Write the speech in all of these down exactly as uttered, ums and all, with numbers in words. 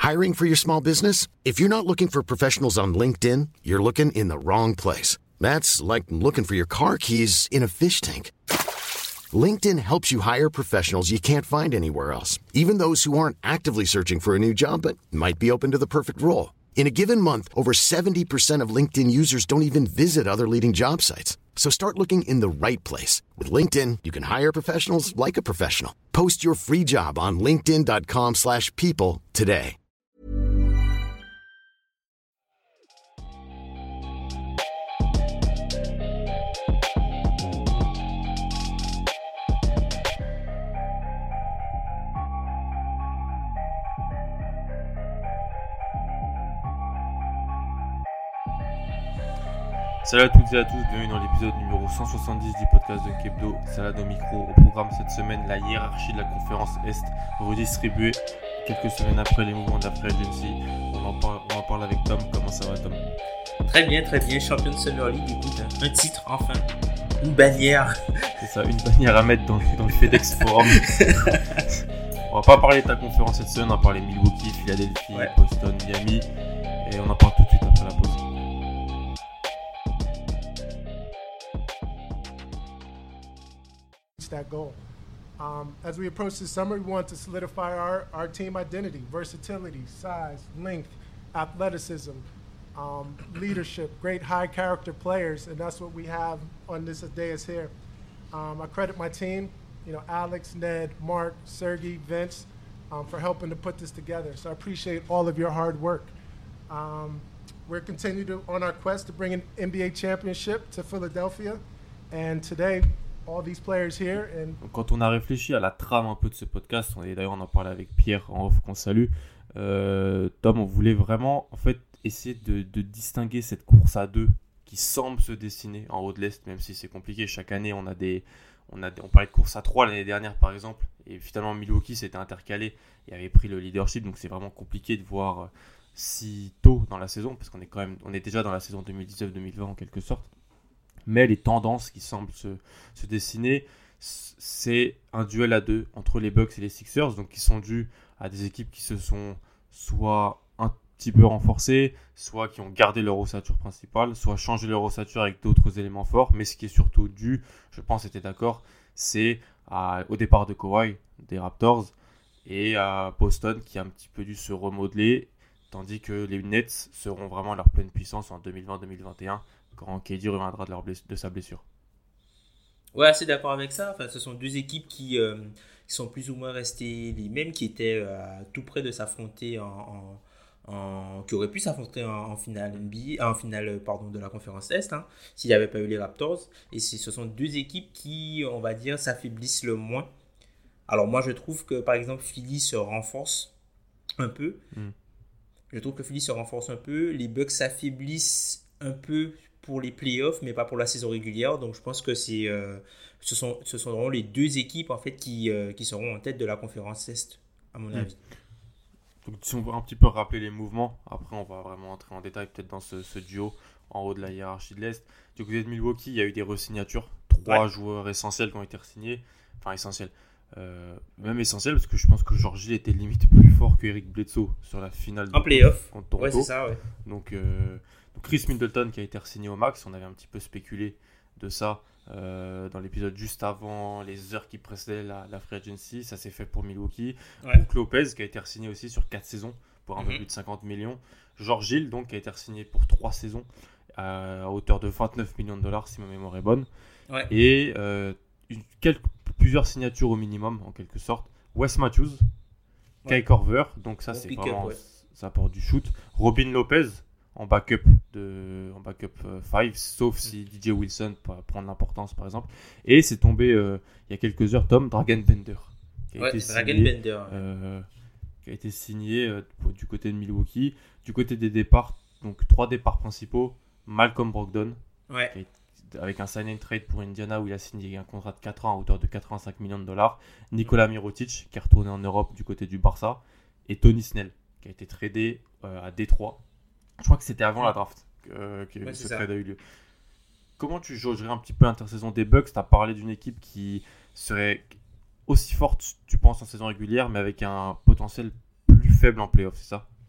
Hiring for your small business? If you're not looking for professionals on LinkedIn, you're looking in the wrong place. That's like looking for your car keys in a fish tank. LinkedIn helps you hire professionals you can't find anywhere else, even those who aren't actively searching for a new job but might be open to the perfect role. In a given month, over seventy percent of LinkedIn users don't even visit other leading job sites. So start looking in the right place. With LinkedIn, you can hire professionals like a professional. Post your free job on linkedin.com slash people today. Salut à toutes et à tous, bienvenue dans l'épisode numéro cent soixante-dix du podcast de Kebdo, Salade au micro. Au programme cette semaine, la hiérarchie de la conférence Est redistribuée quelques semaines après les mouvements de la Free Agency. On en parle, on en parle avec Tom. Comment ça va, Tom? Très bien, très bien. Champion de Summer League, écoute, un titre enfin, une bannière. C'est ça, une bannière à mettre dans, dans le FedEx Forum. On va pas parler de ta conférence cette semaine, on va parler Milwaukee, Philadelphie, ouais. Boston, Miami, et on en parle tout de suite après la pause. That goal. Um, as we approach the summer, we want to solidify our, our team identity, versatility, size, length, athleticism, um, leadership, great high character players, and that's what we have on this dais here. Um, I credit my team, you know, Alex, Ned, Mark, Sergey, Vince, um, for helping to put this together. So I appreciate all of your hard work. Um, we're continuing to, on our quest to bring an N B A championship to Philadelphia, and today, all these players here and... Quand on a réfléchi à la trame un peu de ce podcast, on est, d'ailleurs on en parlait avec Pierre en off qu'on salue, euh, Tom, on voulait vraiment en fait essayer de, de distinguer cette course à deux qui semble se dessiner en haut de l'Est, même si c'est compliqué. Chaque année on a des, on a, on parlait de course à trois l'année dernière par exemple, et finalement Milwaukee s'était intercalé et avait pris le leadership, donc c'est vraiment compliqué de voir si tôt dans la saison, parce qu'on est quand même, on est déjà dans la saison deux mille dix-neuf deux mille vingt en quelque sorte. Mais les tendances qui semblent se, se dessiner, c'est un duel à deux entre les Bucks et les Sixers, donc qui sont dus à des équipes qui se sont soit un petit peu renforcées, soit qui ont gardé leur ossature principale, soit changé leur ossature avec d'autres éléments forts. Mais ce qui est surtout dû, je pense, était d'accord, c'est à, au départ de Kawhi des Raptors et à Boston qui a un petit peu dû se remodeler, tandis que les Nets seront vraiment à leur pleine puissance en deux mille vingt deux mille vingt et un. Quand K D reviendra de, leur bless- de sa blessure. Ouais, assez d'accord avec ça. Enfin, ce sont deux équipes qui, euh, qui sont plus ou moins restées les mêmes, qui étaient euh, tout près de s'affronter en, en, en qui auraient pu s'affronter en, en finale N B A, en finale pardon de la conférence Est, hein, s'il n'y avait pas eu les Raptors. Et c'est, ce sont deux équipes qui, on va dire, s'affaiblissent le moins. Alors moi, je trouve que par exemple, Philly se renforce un peu. Mm. Je trouve que Philly se renforce un peu. Les Bucks s'affaiblissent un peu pour les playoffs, mais pas pour la saison régulière. Donc, je pense que c'est, euh, ce, sont, ce seront les deux équipes en fait, qui, euh, qui seront en tête de la conférence Est, à mon mmh. avis. Donc, si on veut un petit peu rappeler les mouvements, après, on va vraiment entrer en détail peut-être dans ce, ce duo en haut de la hiérarchie de l'Est. Du côté de Milwaukee, il y a eu des re-signatures. Trois ouais. joueurs essentiels qui ont été re-signés. Enfin, essentiels. Euh, même essentiels, parce que je pense que George Hill était limite plus fort que Eric Bledsoe sur la finale en playoff contre Toronto. Ouais, c'est ça, ouais. Donc, euh, Donc Chris Middleton qui a été re-signé au max, on avait un petit peu spéculé de ça euh, dans l'épisode juste avant, les heures qui précédaient la, la Free Agency, ça s'est fait pour Milwaukee. Ouais. Brook Lopez qui a été re-signé aussi sur quatre saisons pour un mm-hmm. peu plus de cinquante millions. George Hill donc qui a été re-signé pour trois saisons à hauteur de vingt-neuf millions de dollars si ma mémoire est bonne. Ouais. Et euh, une, quelques, plusieurs signatures au minimum en quelque sorte. Wes Matthews, ouais. Kai Korver, donc ça bon c'est vraiment, ouais. ça apporte du shoot. Robin Lopez en backup de en backup cinq, euh, sauf si D J Wilson peut prendre l'importance par exemple. Et c'est tombé euh, il y a quelques heures, Tom, Dragan Bender qui a ouais, été Dragan signé, Bender euh, qui a été signé euh, du côté de Milwaukee. Du côté des départs, donc trois départs principaux, Malcolm Brogdon ouais. qui a été, avec un sign and trade pour Indiana où il a signé un contrat de quatre ans à hauteur de quatre-vingt-cinq millions de dollars, Nikola Mirotic qui est retourné en Europe du côté du Barça, et Tony Snell qui a été tradé euh, à Détroit. Je crois que c'était avant la draft euh, que ouais, ce trade a eu lieu. Comment tu jaugerais un petit peu l'intersaison des Bucks? Tu as parlé d'une équipe qui serait aussi forte, tu penses, en saison régulière, mais avec un potentiel plus faible en playoff, c'est ça?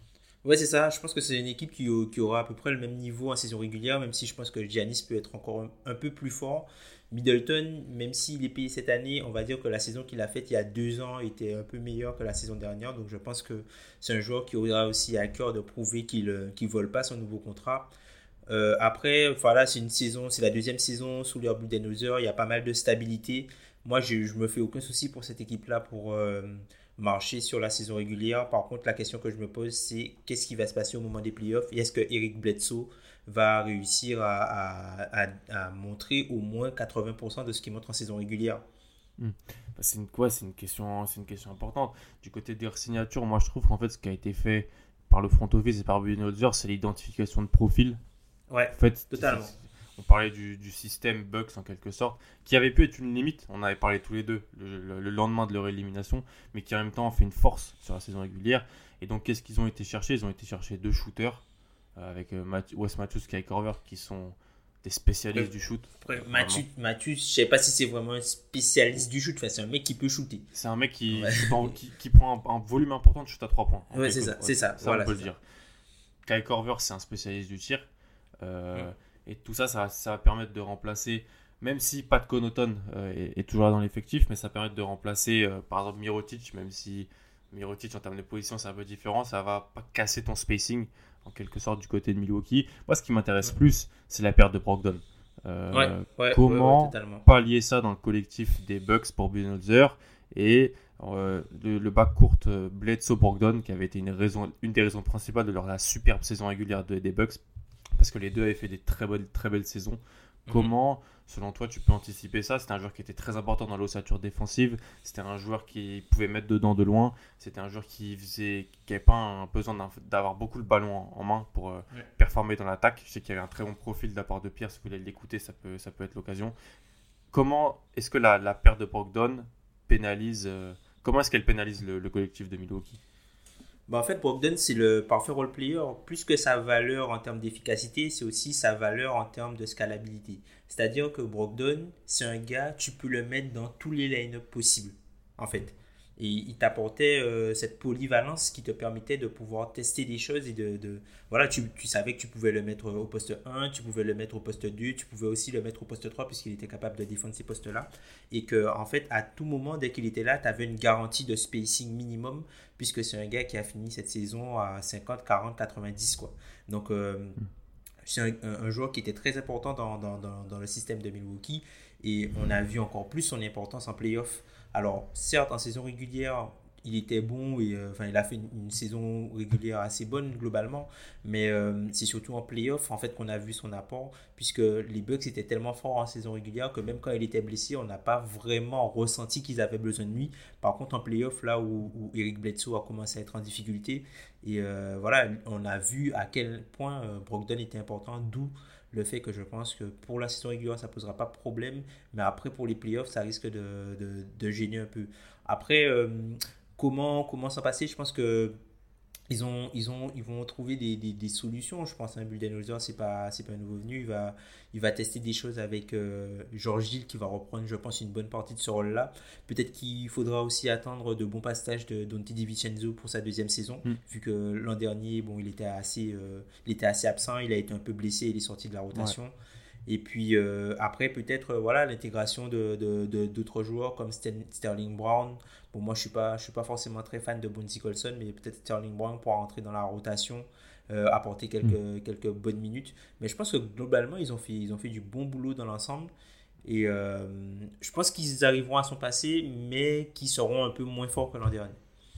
Ouais, c'est ça. Je pense que c'est une équipe qui, qui aura à peu près le même niveau en saison régulière, même si je pense que Giannis peut être encore un, un peu plus fort. Middleton, même s'il est payé cette année, on va dire que la saison qu'il a faite il y a deux ans était un peu meilleure que la saison dernière. Donc je pense que c'est un joueur qui aura aussi à cœur de prouver qu'il ne vole pas son nouveau contrat. Euh, après, voilà, c'est une saison, c'est la deuxième saison sous l'ère Budenholzer. Il y a pas mal de stabilité. Moi, je ne me fais aucun souci pour cette équipe-là pour euh, marcher sur la saison régulière. Par contre, la question que je me pose, c'est qu'est-ce qui va se passer au moment des playoffs et est-ce que Eric Bledsoe va réussir à, à, à, à montrer au moins quatre-vingts pour cent de ce qu'il montre en saison régulière. Mmh. Bah, c'est, une, quoi, c'est, une question, c'est une question importante. Du côté des signatures, moi je trouve qu'en fait ce qui a été fait par le front office et par Budenholzer, c'est l'identification de profil. Ouais, en fait, totalement. On parlait du, du système Bucks en quelque sorte, qui avait pu être une limite, on avait parlé tous les deux le, le, le lendemain de leur élimination, mais qui en même temps a fait une force sur la saison régulière. Et donc qu'est-ce qu'ils ont été chercher ? Ils ont été chercher deux shooters, euh, avec euh, Math- Wes Matthews et Kyle Korver, qui sont des spécialistes euh, du shoot. Après, Matthews, Matthews, je ne sais pas si c'est vraiment un spécialiste du shoot, enfin, c'est un mec qui peut shooter. C'est un mec qui, ouais. qui, prend, qui, qui prend un, un volume important de shoot à trois points. Ouais, c'est ça, c'est ça. Ça, voilà, on peut c'est le ça. dire. Kyle Korver, c'est un spécialiste du tir. Euh, mm. Et tout ça, ça, ça va permettre de remplacer, même si Pat Connaughton euh, est, est toujours là dans l'effectif, mais ça permet de remplacer, euh, par exemple, Mirotic, même si Mirotic, en termes de position, c'est un peu différent, ça va pas casser ton spacing, en quelque sorte, du côté de Milwaukee. Moi, ce qui m'intéresse ouais. plus, c'est la perte de Brogdon. Euh, ouais, ouais, comment ouais, ouais, pallier ça dans le collectif des Bucks pour Budenholzer et euh, le, le backcourt euh, Bledsoe-Brogdon, qui avait été une, raison, une des raisons principales de leur la superbe saison régulière de, des Bucks, parce que les deux avaient fait des très belles, très belles saisons. Mm-hmm. Comment, selon toi, tu peux anticiper ça ? C'était un joueur qui était très important dans l'ossature défensive. C'était un joueur qui pouvait mettre dedans de loin. C'était un joueur qui faisait, qui n'avait pas un besoin d'avoir beaucoup le ballon en, en main pour euh, ouais. performer dans l'attaque. Je sais qu'il y avait un très bon profil de la part de Pierre. Si vous voulez l'écouter, ça peut, ça peut être l'occasion. Comment est-ce que la, la perte de Brogdon pénalise euh, Comment est-ce qu'elle pénalise le, le collectif de Milwaukee ? Bah en fait, Brogdon, c'est le parfait role player. Plus que sa valeur en termes d'efficacité, c'est aussi sa valeur en termes de scalabilité. C'est-à-dire que Brogdon, c'est un gars, tu peux le mettre dans tous les line-up possibles, en fait. Et il t'apportait euh, cette polyvalence qui te permettait de pouvoir tester des choses et de... de voilà, tu, tu savais que tu pouvais le mettre au poste un, tu pouvais le mettre au poste deux, tu pouvais aussi le mettre au poste trois puisqu'il était capable de défendre ces postes-là. Et que, en fait, à tout moment, dès qu'il était là, tu avais une garantie de spacing minimum puisque c'est un gars qui a fini cette saison à cinquante, quarante, quatre-vingt-dix, quoi. Donc, euh, mm. c'est un, un, un joueur qui était très important dans, dans, dans, dans le système de Milwaukee et on a vu encore plus son importance en playoff. Alors, certes, en saison régulière, il était bon et euh, enfin, il a fait une, une saison régulière assez bonne globalement, mais euh, c'est surtout en playoff en fait qu'on a vu son apport, puisque les Bucks étaient tellement forts en saison régulière que même quand il était blessé, on n'a pas vraiment ressenti qu'ils avaient besoin de lui. Par contre, en playoff, là où, où Eric Bledsoe a commencé à être en difficulté, et euh, voilà, on a vu à quel point euh, Brogdon était important, d'où le fait que je pense que pour la saison régulière, ça ne posera pas de problème. Mais après, pour les playoffs, ça risque de, de, de gêner un peu. Après, euh, comment, comment s'en passer ? Je pense que ils, ont, ils, ont, ils vont trouver des, des, des solutions. Je pense qu'un Budenholzer, ce n'est pas, c'est pas un nouveau venu. Il va, il va tester des choses avec euh, George Hill qui va reprendre, je pense, une bonne partie de ce rôle-là. Peut-être qu'il faudra aussi attendre de bons passages de Donte DiVincenzo pour sa deuxième saison, mm. vu que l'an dernier, bon, il, était assez, euh, il était assez absent, il a été un peu blessé, il est sorti de la rotation. Ouais. Et puis euh, après, peut-être euh, voilà, l'intégration de, de, de, d'autres joueurs comme Sterling Brown. Bon, moi, je ne suis pas, je suis pas forcément très fan de Bouncy Colson, mais peut-être Sterling Brown pourra rentrer dans la rotation, euh, apporter quelques, mmh. quelques bonnes minutes. Mais je pense que globalement, ils ont fait, ils ont fait du bon boulot dans l'ensemble. Et euh, je pense qu'ils arriveront à s'en passer, mais qu'ils seront un peu moins forts que l'an dernier.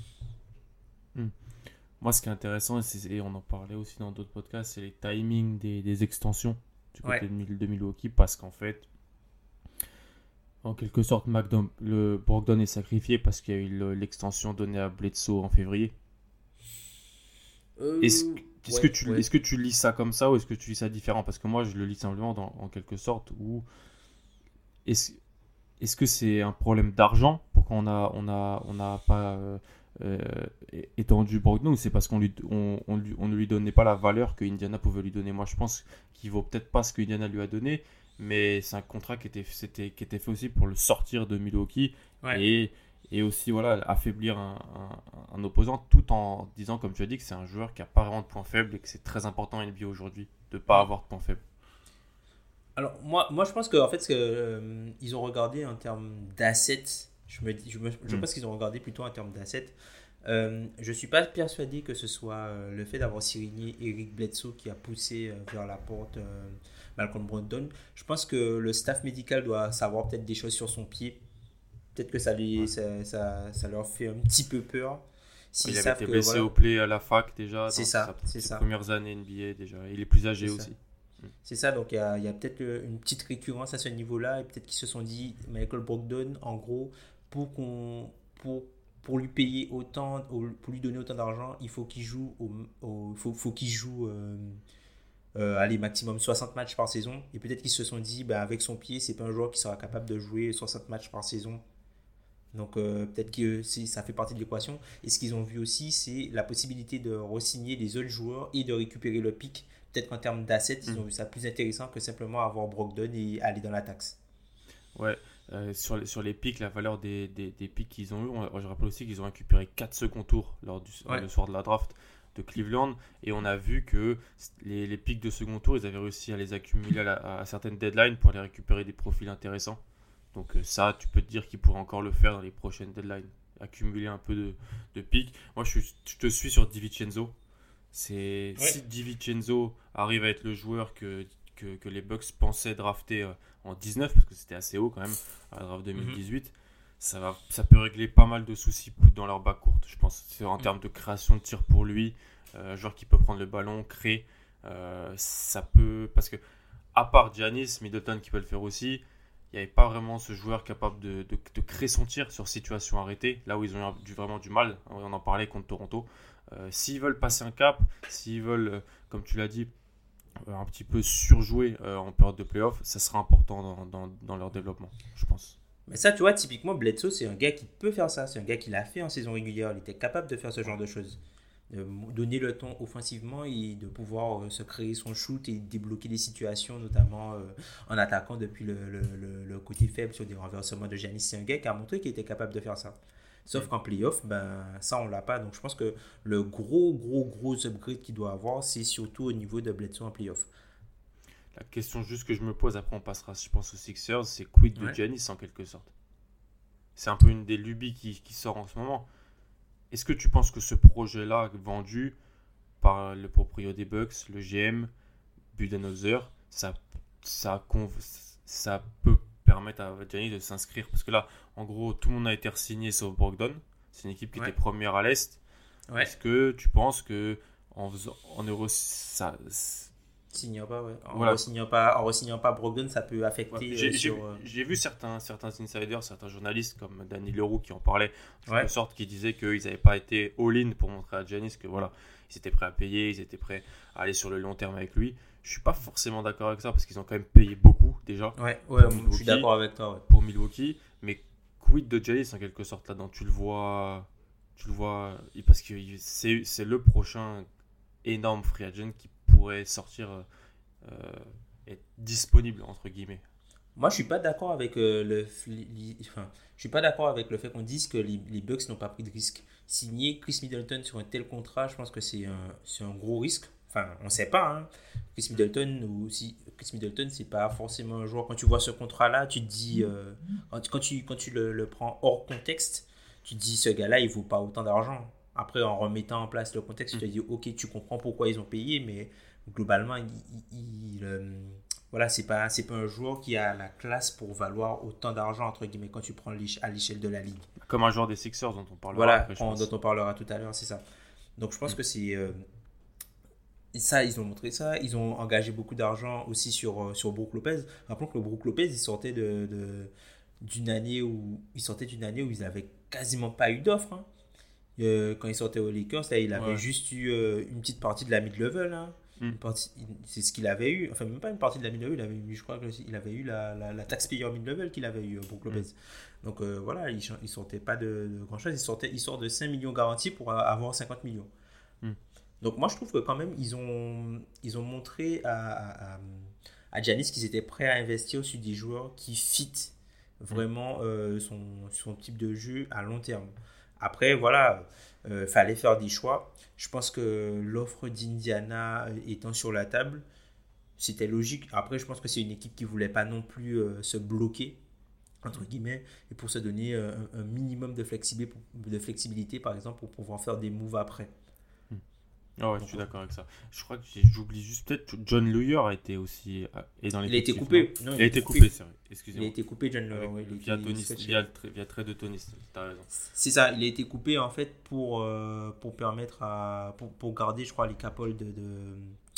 Mmh. Moi, ce qui est intéressant, c'est, et on en parlait aussi dans d'autres podcasts, c'est les timings des, des extensions du côté ouais. de Milwaukee, parce qu'en fait, en quelque sorte, McDom- le Brogdon est sacrifié parce qu'il y a eu le, l'extension donnée à Bledsoe en février. Euh, est-ce, est-ce, ouais, que tu, ouais. est-ce que tu lis ça comme ça ou est-ce que tu lis ça différent ? Parce que moi, je le lis simplement dans, en quelque sorte où est-ce, est-ce que c'est un problème d'argent pourquoi on a, on a, on a pas euh, euh, étendu Brogdon, ou c'est parce qu'on lui, on, on, lui, on ne lui donnait pas la valeur que Indiana pouvait lui donner ? Moi, je pense qu'il vaut peut-être pas ce que Indiana lui a donné, mais c'est un contrat qui était, c'était, qui était fait aussi pour le sortir de Milwaukee. Ouais. Et, et aussi voilà, affaiblir un, un, un opposant tout en disant, comme tu as dit, que c'est un joueur qui n'a pas vraiment de points faibles et que c'est très important en N B A aujourd'hui de ne pas avoir de points faibles. Alors, moi, moi je pense qu'en fait, que, euh, ils ont regardé en termes d'assets. Je, me, dis- je, me, je Mm. pense qu'ils ont regardé plutôt en termes d'assets. Euh, je ne suis pas persuadé que ce soit euh, le fait d'avoir signé Eric Bledsoe qui a poussé euh, vers la porte euh, Malcolm Brogdon. Je pense que le staff médical doit savoir peut-être des choses sur son pied. Peut-être que ça, lui, Ouais. ça, ça, ça leur fait un petit peu peur. S'ils Il avait savent été que, blessé voilà, au play à la fac déjà, c'est dans ça, sa- c'est ses ça. premières années N B A déjà. Il est plus âgé C'est ça. aussi. C'est ça, donc il y a, il y a peut-être euh, une petite récurrence à ce niveau-là, et peut-être qu'ils se sont dit, Michael Brogdon, en gros, pour, qu'on, pour, pour lui payer autant, au- pour lui donner autant d'argent, il faut qu'il joue, au, au- faut, faut qu'il joue euh, euh, allez, maximum soixante matchs par saison. Et peut-être qu'ils se sont dit, bah, avec son pied, c'est pas un joueur qui sera capable de jouer soixante matchs par saison. Donc euh, peut-être que c'est- ça fait partie de l'équation. Et ce qu'ils ont vu aussi, c'est la possibilité de re-signer les autres joueurs et de récupérer le pic. Peut-être qu'en termes d'assets, ils Mm. ont vu ça plus intéressant que simplement avoir Brogdon et aller dans la taxe. Ouais, euh, sur, les, sur les pics, la valeur des, des, des pics qu'ils ont eu, on- je rappelle aussi qu'ils ont récupéré quatre second tours lors du, Ouais. le soir de la draft de Cleveland, et on a vu que les, les pics de second tour, ils avaient réussi à les accumuler à, la- à certaines deadlines pour aller récupérer des profils intéressants. Donc euh, ça, tu peux te dire qu'ils pourraient encore le faire dans les prochaines deadlines, accumuler un peu de, de pics. Moi, je, suis- je te suis sur DiVincenzo. C'est, Ouais. Si DiVincenzo arrive à être le joueur que, que, que les Bucks pensaient drafter euh, en dix-neuf, parce que c'était assez haut quand même, à la draft deux mille dix-huit, ça, va, ça peut régler pas mal de soucis dans leur backcourt, je pense. C'est en Mhm. termes de création de tir pour lui, euh, un joueur qui peut prendre le ballon, créer, euh, ça peut... Parce que, à part Giannis, Middleton qui peut le faire aussi, il n'y avait pas vraiment ce joueur capable de, de, de créer son tir sur situation arrêtée, là où ils ont eu du, vraiment du mal. On en parlait contre Toronto. Euh, s'ils veulent passer un cap, s'ils veulent, euh, comme tu l'as dit, euh, un petit peu surjouer euh, en période de playoff, ça sera important dans, dans, dans leur développement, je pense. Mais ça, tu vois, typiquement, Bledsoe, c'est un gars qui peut faire ça. C'est un gars qui l'a fait en saison régulière. Il était capable de faire ce genre de choses. De donner le ton offensivement et de pouvoir euh, se créer son shoot et débloquer des situations, notamment euh, en attaquant depuis le, le, le, le côté faible sur des renversements de Giannis. C'est un gars qui a montré qu'il était capable de faire ça. Sauf qu'en playoff, ben, ça, on l'a pas. Donc, je pense que le gros, gros, gros upgrade qu'il doit avoir, c'est surtout au niveau de Bledsoe en playoff. La question juste que je me pose, après on passera, je pense, aux Sixers, c'est quid de Ouais. Giannis en quelque sorte. C'est un peu une des lubies qui, qui sort en ce moment. Est-ce que tu penses que ce projet-là, vendu par le proprio des Bucks, le G M, Budenholzer, ça, ça, conv- ça peut permettre à Giannis de s'inscrire? Parce que là, en gros, tout le monde a été re-signé sauf Brogdon. C'est une équipe qui Ouais. était première à l'Est. Ouais. Est-ce que tu penses que en, faisant, en Euro, ça, Signant pas, ouais. En Voilà. re-signant pas, en re-signant pas Brogdon, ça peut affecter Ouais, euh, J'ai j'ai sur. vu, euh, j'ai vu certains, certains insiders, certains journalistes comme Danny Leroux qui en parlaient, en Ouais. quelque sorte, qui disaient qu'ils n'avaient pas été all-in pour montrer à Giannis que voilà, ils étaient prêts à payer, ils étaient prêts à aller sur le long terme avec lui. Je suis pas forcément d'accord avec ça parce qu'ils ont quand même payé beaucoup déjà Ouais, ouais, Pour je suis Milwaukee. d'accord avec toi. Ouais. pour Milwaukee, mais quid de Giannis en quelque sorte là-dedans? Tu le vois, tu le vois, parce que c'est c'est le prochain énorme free agent qui pourrait sortir, euh, être disponible entre guillemets. Moi, je suis pas d'accord avec euh, le, li- enfin, je suis pas d'accord avec le fait qu'on dise que les, les Bucks n'ont pas pris de risque. Signer Chris Middleton sur un tel contrat, je pense que c'est un, c'est un gros risque. Enfin, on sait pas. Hein. Chris Middleton ou si Chris Middleton, c'est pas forcément un joueur. Quand tu vois ce contrat-là, tu te dis, euh, quand, tu- quand tu quand tu le, le prends hors contexte, tu te dis ce gars-là, il vaut pas autant d'argent. Après, en remettant en place le contexte, tu te dis, ok, tu comprends pourquoi ils ont payé, mais globalement, il, il- il, euh, voilà, c'est pas, c'est pas un joueur qui a la classe pour valoir autant d'argent, entre guillemets, quand tu prends l'ich- à l'échelle de la ligue. Comme un joueur des Sixers dont on parlera Voilà, après, je on- pense. dont on parlera tout à l'heure, c'est ça. Donc je pense que c'est euh, ça, ils ont montré ça. Ils ont engagé beaucoup d'argent aussi sur, euh, sur Brook Lopez. Rappelons que le Brook Lopez, il sortait de, de- d'une année où il sortait d'une année où ils avaient quasiment pas eu d'offre. Hein. Euh, quand il sortait aux Lakers, là, il avait Ouais. juste eu euh, une petite partie de la mid-level. Hein. Mm. Une partie- il- c'est ce qu'il avait eu. Enfin, même pas une partie de la mid-level. Il avait eu, je crois qu'il avait eu la, la, la taxpayer mid-level qu'il avait eu, euh, Brook Lopez. Donc euh, voilà, il ne sortait pas de, de grand-chose. Il, sortait, il sort de cinq millions garantis pour euh, avoir cinquante millions. Mm. Donc moi, je trouve que quand même, ils ont, ils ont montré à, à, à Giannis qu'ils étaient prêts à investir sur des joueurs qui fit vraiment euh, son, son type de jeu à long terme. Après, voilà, il euh, fallait faire des choix. Je pense que l'offre d'Indiana étant sur la table, c'était logique. Après, je pense que c'est une équipe qui ne voulait pas non plus euh, se bloquer, entre guillemets, et pour se donner euh, un, un minimum de flexibilité, de flexibilité, par exemple, pour pouvoir faire des moves après. Ah ouais, je suis d'accord avec ça. Je crois que j'ai- j'oublie juste peut-être que John Lawyer a été aussi est dans Il a été l'effectif, coupé. non Non, il a été coupé, c'est vrai. Il a Excusez-moi. été coupé, John Lawyer. Avec- ouais, il a via été Tony, switché. via, le tra- via trade de Tony, t'as raison. C'est ça, il a été coupé en fait pour, euh, pour permettre à. Pour, pour garder, je crois, les capoles de, de,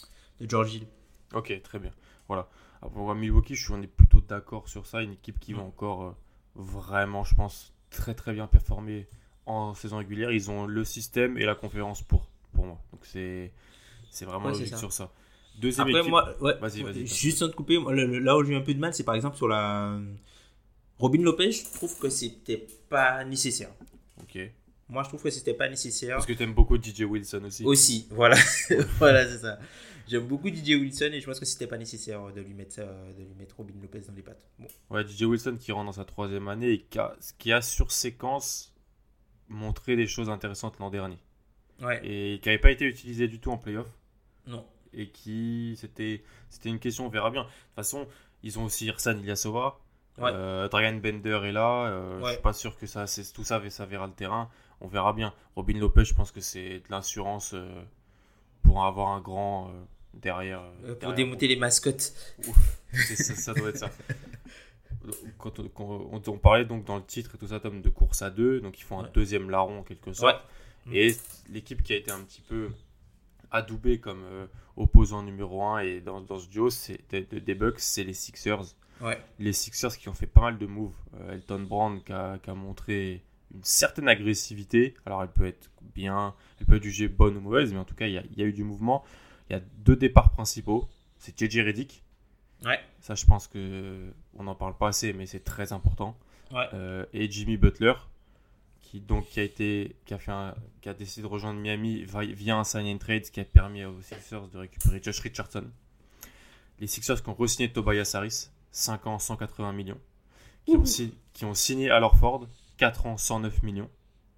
de George Hill. Ok, très bien. Voilà. Après, Milwaukee, je suis on est plutôt d'accord sur ça. Une équipe qui va Mm. encore euh, vraiment, je pense, très très bien performer en saison régulière. Ils ont le système et la conférence pour, pour moi. Donc c'est c'est vraiment Ouais, c'est logique ça. sur ça. Deuxième Après, équipe. moi, ouais, Vas-y, vas-y. juste sans te couper, moi, le- le- là où j'ai eu un peu de mal, c'est par exemple sur la. Robin Lopez, je trouve que c'était pas nécessaire. Ok. Moi, je trouve que c'était pas nécessaire. Parce que tu aimes beaucoup D J Wilson aussi. Aussi, voilà, voilà, c'est ça. J'aime beaucoup D J Wilson et je pense que c'était pas nécessaire de lui mettre ça, de lui mettre Robin Lopez dans les pattes. Bon. Ouais, D J Wilson qui rentre dans sa troisième année et qui a, qui a sur séquence montré des choses intéressantes l'an dernier. Ouais. Et qui n'avait pas été utilisé du tout en playoff. Non. Et qui, c'était, c'était une question, on verra bien. De toute façon, ils ont aussi Irsan Ilyasova. Ouais. Euh, Dragan Bender est là. Euh, Ouais. Je suis pas sûr que ça, c'est, tout ça, ça verra le terrain. On verra bien. Robin Lopez, je pense que c'est de l'assurance euh, pour avoir un grand euh, derrière. Euh, pour derrière. démonter les mascottes. C'est ça, ça doit être ça. Quand on, quand on- on parlait donc dans le titre et tout ça, Tom, de course à deux, donc ils font un Ouais. deuxième larron en quelque sorte. Ouais. Et l'équipe qui a été un petit peu adoubée comme euh, opposant numéro un et dans, dans ce duo c'est, de- de- des Bucks, c'est les Sixers. Ouais. Les Sixers qui ont fait pas mal de moves. Euh, Elton Brand qui a, qui a montré une certaine agressivité. Alors elle peut être bien, elle peut être jugée bonne ou mauvaise, mais en tout cas il y a, il y a eu du mouvement. Il y a deux départs principaux. C'est J J Redick. Ouais. Ça, je pense que on n'en parle pas assez, mais c'est très important. Ouais. Euh, et Jimmy Butler, qui donc qui a été, qui a fait, un, qui a décidé de rejoindre Miami via un sign and trade, ce qui a permis aux Sixers de récupérer Josh Richardson. Les Sixers qui ont re-signé Tobias Harris, cinq ans, cent quatre-vingts millions, qui ont, si, qui ont signé Al Horford, quatre ans, cent neuf millions,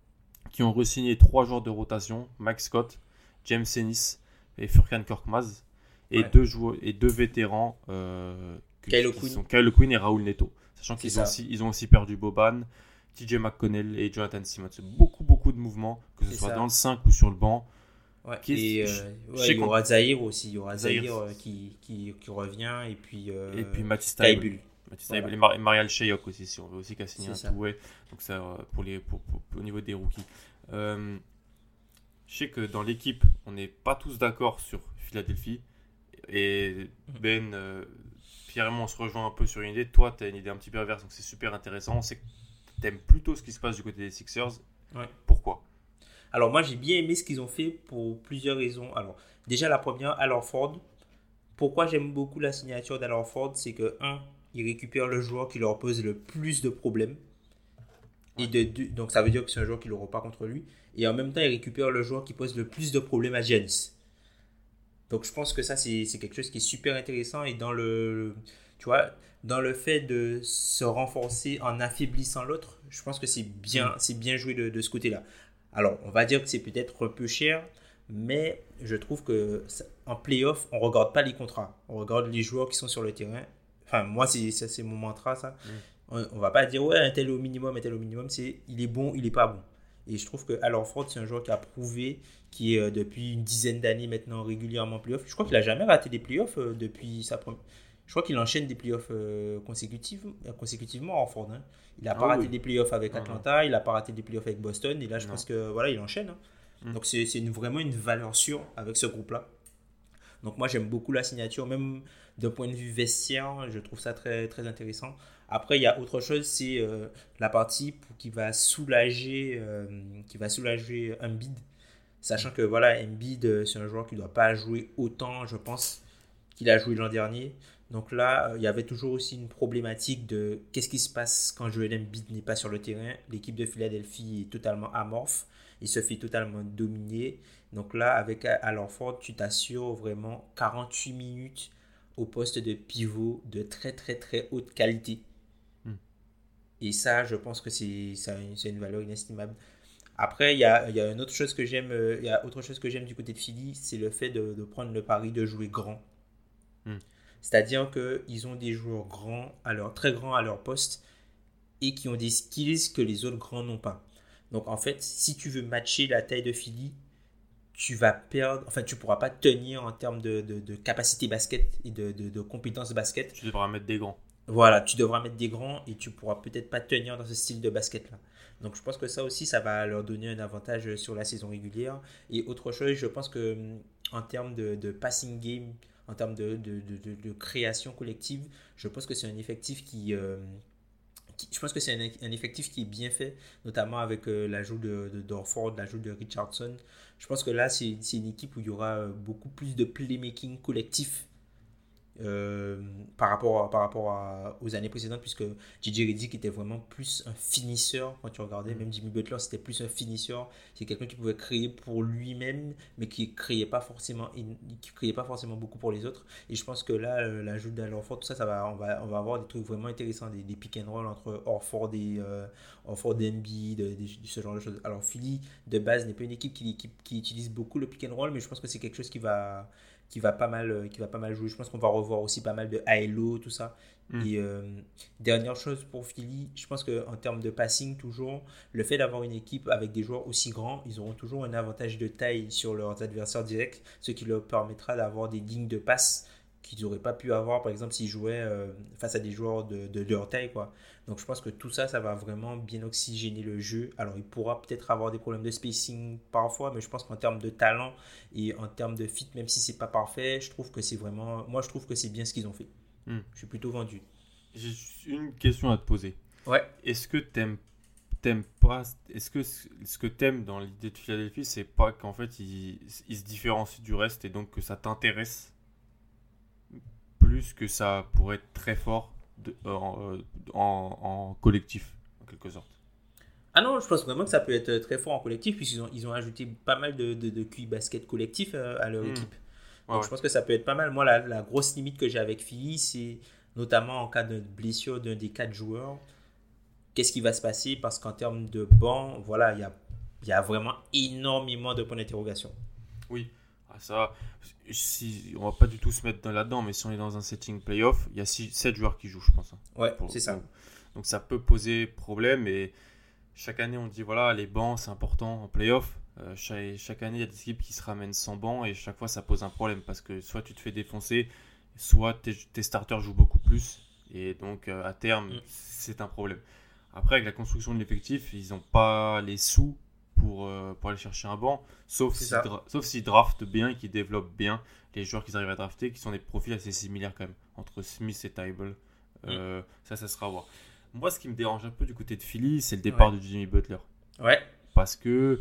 qui ont re-signé trois joueurs de rotation, Max Scott, James Ennis et Furkan Korkmaz. Et, Ouais. deux joueurs, et deux vétérans euh, que- Kyle qui O'Quinn. sont Kyle O'Quinn et Raoul Neto. Sachant C'est qu'ils ça. ont aussi, ils ont aussi perdu Boban, T J McConnell et Jonathan Simmons. C'est beaucoup, beaucoup de mouvements, que ce C'est soit ça. dans le cinq ou sur le banc. Ouais. Qui est- Et euh, je- ouais, je sais il y qu'on- aura Zahir aussi. Il y aura Zahir. Zahir euh, qui, qui, qui revient. Et puis, euh, et puis Matisse Taibul. Taibul. Matisse Voilà. Taibul et, Mar- et Marial Shayok aussi, si on veut aussi, qui a signé un C'est ça. two-way. Donc ça, euh, pour les, pour, pour- au niveau des rookies. Euh, je sais que dans l'équipe, on n'est pas tous d'accord sur Philadelphie. Et Ben, euh, Pierre et moi, on se rejoint un peu sur une idée. Toi, tu as une idée un petit peu inverse, donc c'est super intéressant. On sait que tu aimes plutôt ce qui se passe du côté des Sixers. Ouais. Pourquoi? Alors moi j'ai bien aimé ce qu'ils ont fait pour plusieurs raisons. Alors déjà la première, Al Horford. Pourquoi j'aime beaucoup la signature d'Al Horford, c'est que un, il récupère le joueur qui leur pose le plus de problèmes. Et de deux, donc ça veut dire que c'est un joueur qui l'aura pas contre lui. Et en même temps il récupère le joueur qui pose le plus de problèmes à Giannis. Donc je pense que ça c'est, c'est quelque chose qui est super intéressant et dans le, tu vois, dans le fait de se renforcer en affaiblissant l'autre, je pense que c'est bien, c'est bien joué de, de ce côté-là. Alors, on va dire que c'est peut-être un peu cher, mais je trouve que ça- en playoff, on ne regarde pas les contrats. On regarde les joueurs qui sont sur le terrain. Enfin, moi, c'est, ça, c'est mon mantra, ça. On ne va pas dire, ouais, un tel au minimum, un tel au minimum. C'est, il est bon, il n'est pas bon. Et je trouve que Al Horford, c'est un joueur qui a prouvé, qui est euh, depuis une dizaine d'années maintenant régulièrement en playoff. Je crois qu'il n'a jamais raté des playoffs euh, depuis sa première... Je crois qu'il enchaîne des playoffs euh, consécutifs, euh, consécutivement, Horford. Hein. Il n'a pas Ah raté oui. des playoffs avec Non, Atlanta, il n'a pas raté des playoffs avec Boston. Et là, je Non. pense que voilà, il enchaîne. hein. Mm. Donc, c'est, c'est une- vraiment une valeur sûre avec ce groupe-là. Donc, moi, j'aime beaucoup la signature, même d'un point de vue vestiaire, je trouve ça très, très intéressant. Après, il y a autre chose, c'est euh, la partie pour- qui va soulager, euh, qui va soulager Embiid. Sachant que voilà, Embiid, euh, c'est un joueur qui ne doit pas jouer autant, je pense, qu'il a joué l'an dernier. Donc là, euh, il y avait toujours aussi une problématique de qu'est-ce qui se passe quand Joel Embiid n'est pas sur le terrain. L'équipe de Philadelphie est totalement amorphe. Il se fait totalement dominer. Donc là, avec Al Horford, tu t'assures vraiment quarante-huit minutes au poste de pivot de très très très haute qualité. Hmm. Et ça, je pense que c'est, ça, c'est une valeur inestimable. Après, il y a, il y a une autre chose que j'aime, euh, il y a autre chose que j'aime du côté de Philly, c'est le fait de, de prendre le pari de jouer grand. Hmm. C'est-à-dire qu'ils ont des joueurs grands, à leur, très grands à leur poste, et qui ont des skills que les autres grands n'ont pas. Donc en fait, si tu veux matcher la taille de Philly, tu vas perdre, enfin tu ne pourras pas tenir en termes de, de, de capacité basket et de, de, de compétences basket. Tu devras mettre des grands. Voilà, tu devras mettre des grands et tu ne pourras peut-être pas tenir dans ce style de basket-là. Donc je pense que ça aussi, ça va leur donner un avantage sur la saison régulière. Et autre chose, je pense que en termes de, de passing game, en termes de, de, de, de, de création collective, je pense que c'est un effectif qui... Euh, je pense que c'est un, un effectif qui est bien fait, notamment avec euh, l'ajout de, de d'Orford, l'ajout de Richardson. Je pense que là, c'est, c'est une équipe où il y aura beaucoup plus de playmaking collectif euh, par rapport, à, par rapport à, aux années précédentes, puisque J J Redick était vraiment plus un finisseur quand tu regardais. Même Jimmy Butler, c'était plus un finisseur. C'est quelqu'un qui pouvait créer pour lui-même, mais qui ne créait pas forcément, qui créait pas forcément beaucoup pour les autres. Et je pense que là, l'ajout d'Al Horford, tout ça, ça va, on, va, on va avoir des trucs vraiment intéressants, des, des pick and roll entre Horford et euh, Horford et Embiid, de, de, de, ce genre de choses. Alors Philly, de base, n'est pas une équipe qui, qui, qui utilise beaucoup le pick and roll, mais je pense que c'est quelque chose qui va... qui va pas mal qui va pas mal jouer. Je pense qu'on va revoir aussi pas mal de I L O, tout ça. Mm. Et euh, dernière chose pour Philly, je pense qu'en termes de passing, toujours, le fait d'avoir une équipe avec des joueurs aussi grands, ils auront toujours un avantage de taille sur leurs adversaires directs, ce qui leur permettra d'avoir des lignes de passe qu'ils n'auraient pas pu avoir, par exemple, s'ils jouaient euh, face à des joueurs de, de leur taille, quoi. Donc je pense que tout ça, ça va vraiment bien oxygéner le jeu. Alors il pourra peut-être avoir des problèmes de spacing parfois, mais je pense qu'en termes de talent et en termes de fit, même si c'est pas parfait, je trouve que c'est vraiment... Moi, je trouve que c'est bien ce qu'ils ont fait. Mm. Je suis plutôt vendu. J'ai une question à te poser. Ouais. Est-ce que t'aimes, t'aimes pas... Est-ce que ce que t'aimes dans l'idée de Philadelphie, c'est pas qu'en fait, il, il se différencie du reste et donc que ça t'intéresse plus que ça pourrait être très fort de, en, en, en collectif, en quelque sorte? Ah non, je pense vraiment que ça peut être très fort en collectif, puisqu'ils ont, ils ont ajouté pas mal de, de, de Q I basket collectif euh, à leur mmh. équipe. Donc ouais, je pense ouais. que ça peut être pas mal. Moi, la, la grosse limite que j'ai avec Philly, c'est notamment en cas de blessure d'un des quatre joueurs, qu'est-ce qui va se passer? Parce qu'en termes de banc, voilà, il y a, y a vraiment énormément de points d'interrogation. Oui, ah, ça, si, on va pas du tout se mettre là-dedans, mais si on est dans un setting playoff, il y a sept joueurs qui jouent, je pense. Hein, ouais, pour, c'est ça. Donc, donc ça peut poser problème et chaque année, on dit voilà, les bancs, c'est important en playoff. Euh, chaque, chaque année, il y a des équipes qui se ramènent sans banc et chaque fois, ça pose un problème parce que soit tu te fais défoncer, soit tes, tes starters jouent beaucoup plus et donc euh, à terme, mm. c'est un problème. Après, avec la construction de l'effectif, ils n'ont pas les sous pour, euh, pour aller chercher un banc, sauf s'ils dra- sauf s'ils draftent bien et qu'ils développent bien les joueurs qu'ils arrivent à drafter, qui sont des profils assez similaires quand même, entre Smith et Tybalt. Euh, mm. Ça, ça sera à voir. Moi, ce qui me dérange un peu du côté de Philly, c'est le départ ouais. de Jimmy Butler. Ouais. Parce que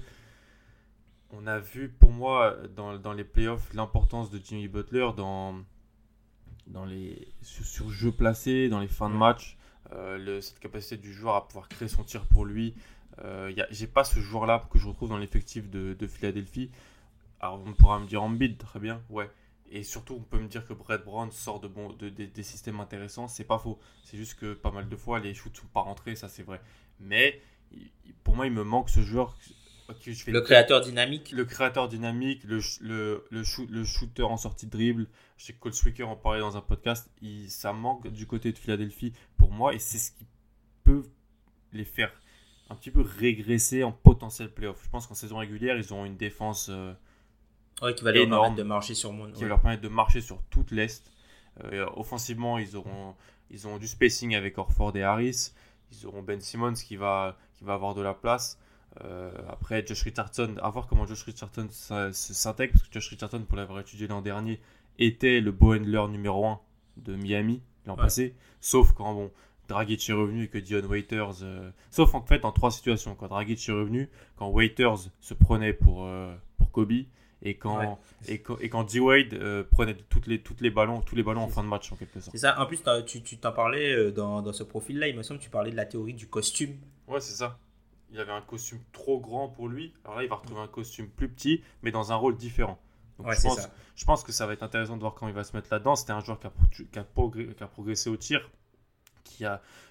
on a vu, pour moi, dans, dans les playoffs, l'importance de Jimmy Butler dans, dans les, sur, sur jeu placé, dans les fins ouais. de match, euh, le, cette capacité du joueur à pouvoir créer son tir pour lui. Euh, y a, j'ai pas ce joueur-là que je retrouve dans l'effectif de, de Philadelphie. Alors, on pourra me dire Embiid, très bien, ouais. Et surtout, on peut me dire que Brett Brown sort de bon, de, de, des systèmes intéressants. C'est pas faux. C'est juste que pas mal de fois, les shoots sont pas rentrés, ça c'est vrai. Mais pour moi, il me manque ce joueur. Que je fais le créateur dynamique. Le créateur dynamique, le, le, le, shoot, le shooter en sortie de dribble. Je sais que Cole Swicker en parlait dans un podcast. Il, ça manque du côté de Philadelphie pour moi. Et c'est ce qui peut les faire un petit peu régresser en potentiel playoff. Je pense qu'en saison régulière, ils ont une défense... Euh, Ouais, qui va leur permettre de marcher sur mon... qui ouais. va leur permettre de marcher sur toute l'Est. Euh, offensivement, ils auront, ils auront du spacing avec Horford et Harris. Ils auront Ben Simmons qui va, qui va avoir de la place. Euh, après, Josh Richardson, à voir comment Josh Richardson s'intègre, parce que Josh Richardson, pour l'avoir étudié l'an dernier, était le ball handler numéro un de Miami l'an ouais. passé. Sauf quand bon, Dragic est revenu et que Dion Waiters... Euh, sauf en fait, en trois situations. Quand Dragic est revenu, quand Waiters se prenait pour, euh, pour Kobe, et quand, ouais. et quand, et quand D-Wade euh, prenait toutes les, toutes les ballons, tous les ballons en fin de match en quelque sorte. C'est ça, en plus tu, tu t'en parlais dans, dans ce profil-là, il me semble que tu parlais de la théorie du costume. Ouais, c'est ça. Il avait un costume trop grand pour lui, alors là il va retrouver un costume plus petit, mais dans un rôle différent. Donc ouais, je, c'est pense, ça. je pense que ça va être intéressant de voir quand il va se mettre là-dedans. C'était un joueur qui a, qui a, progressé, qui a progressé au tir, qui a,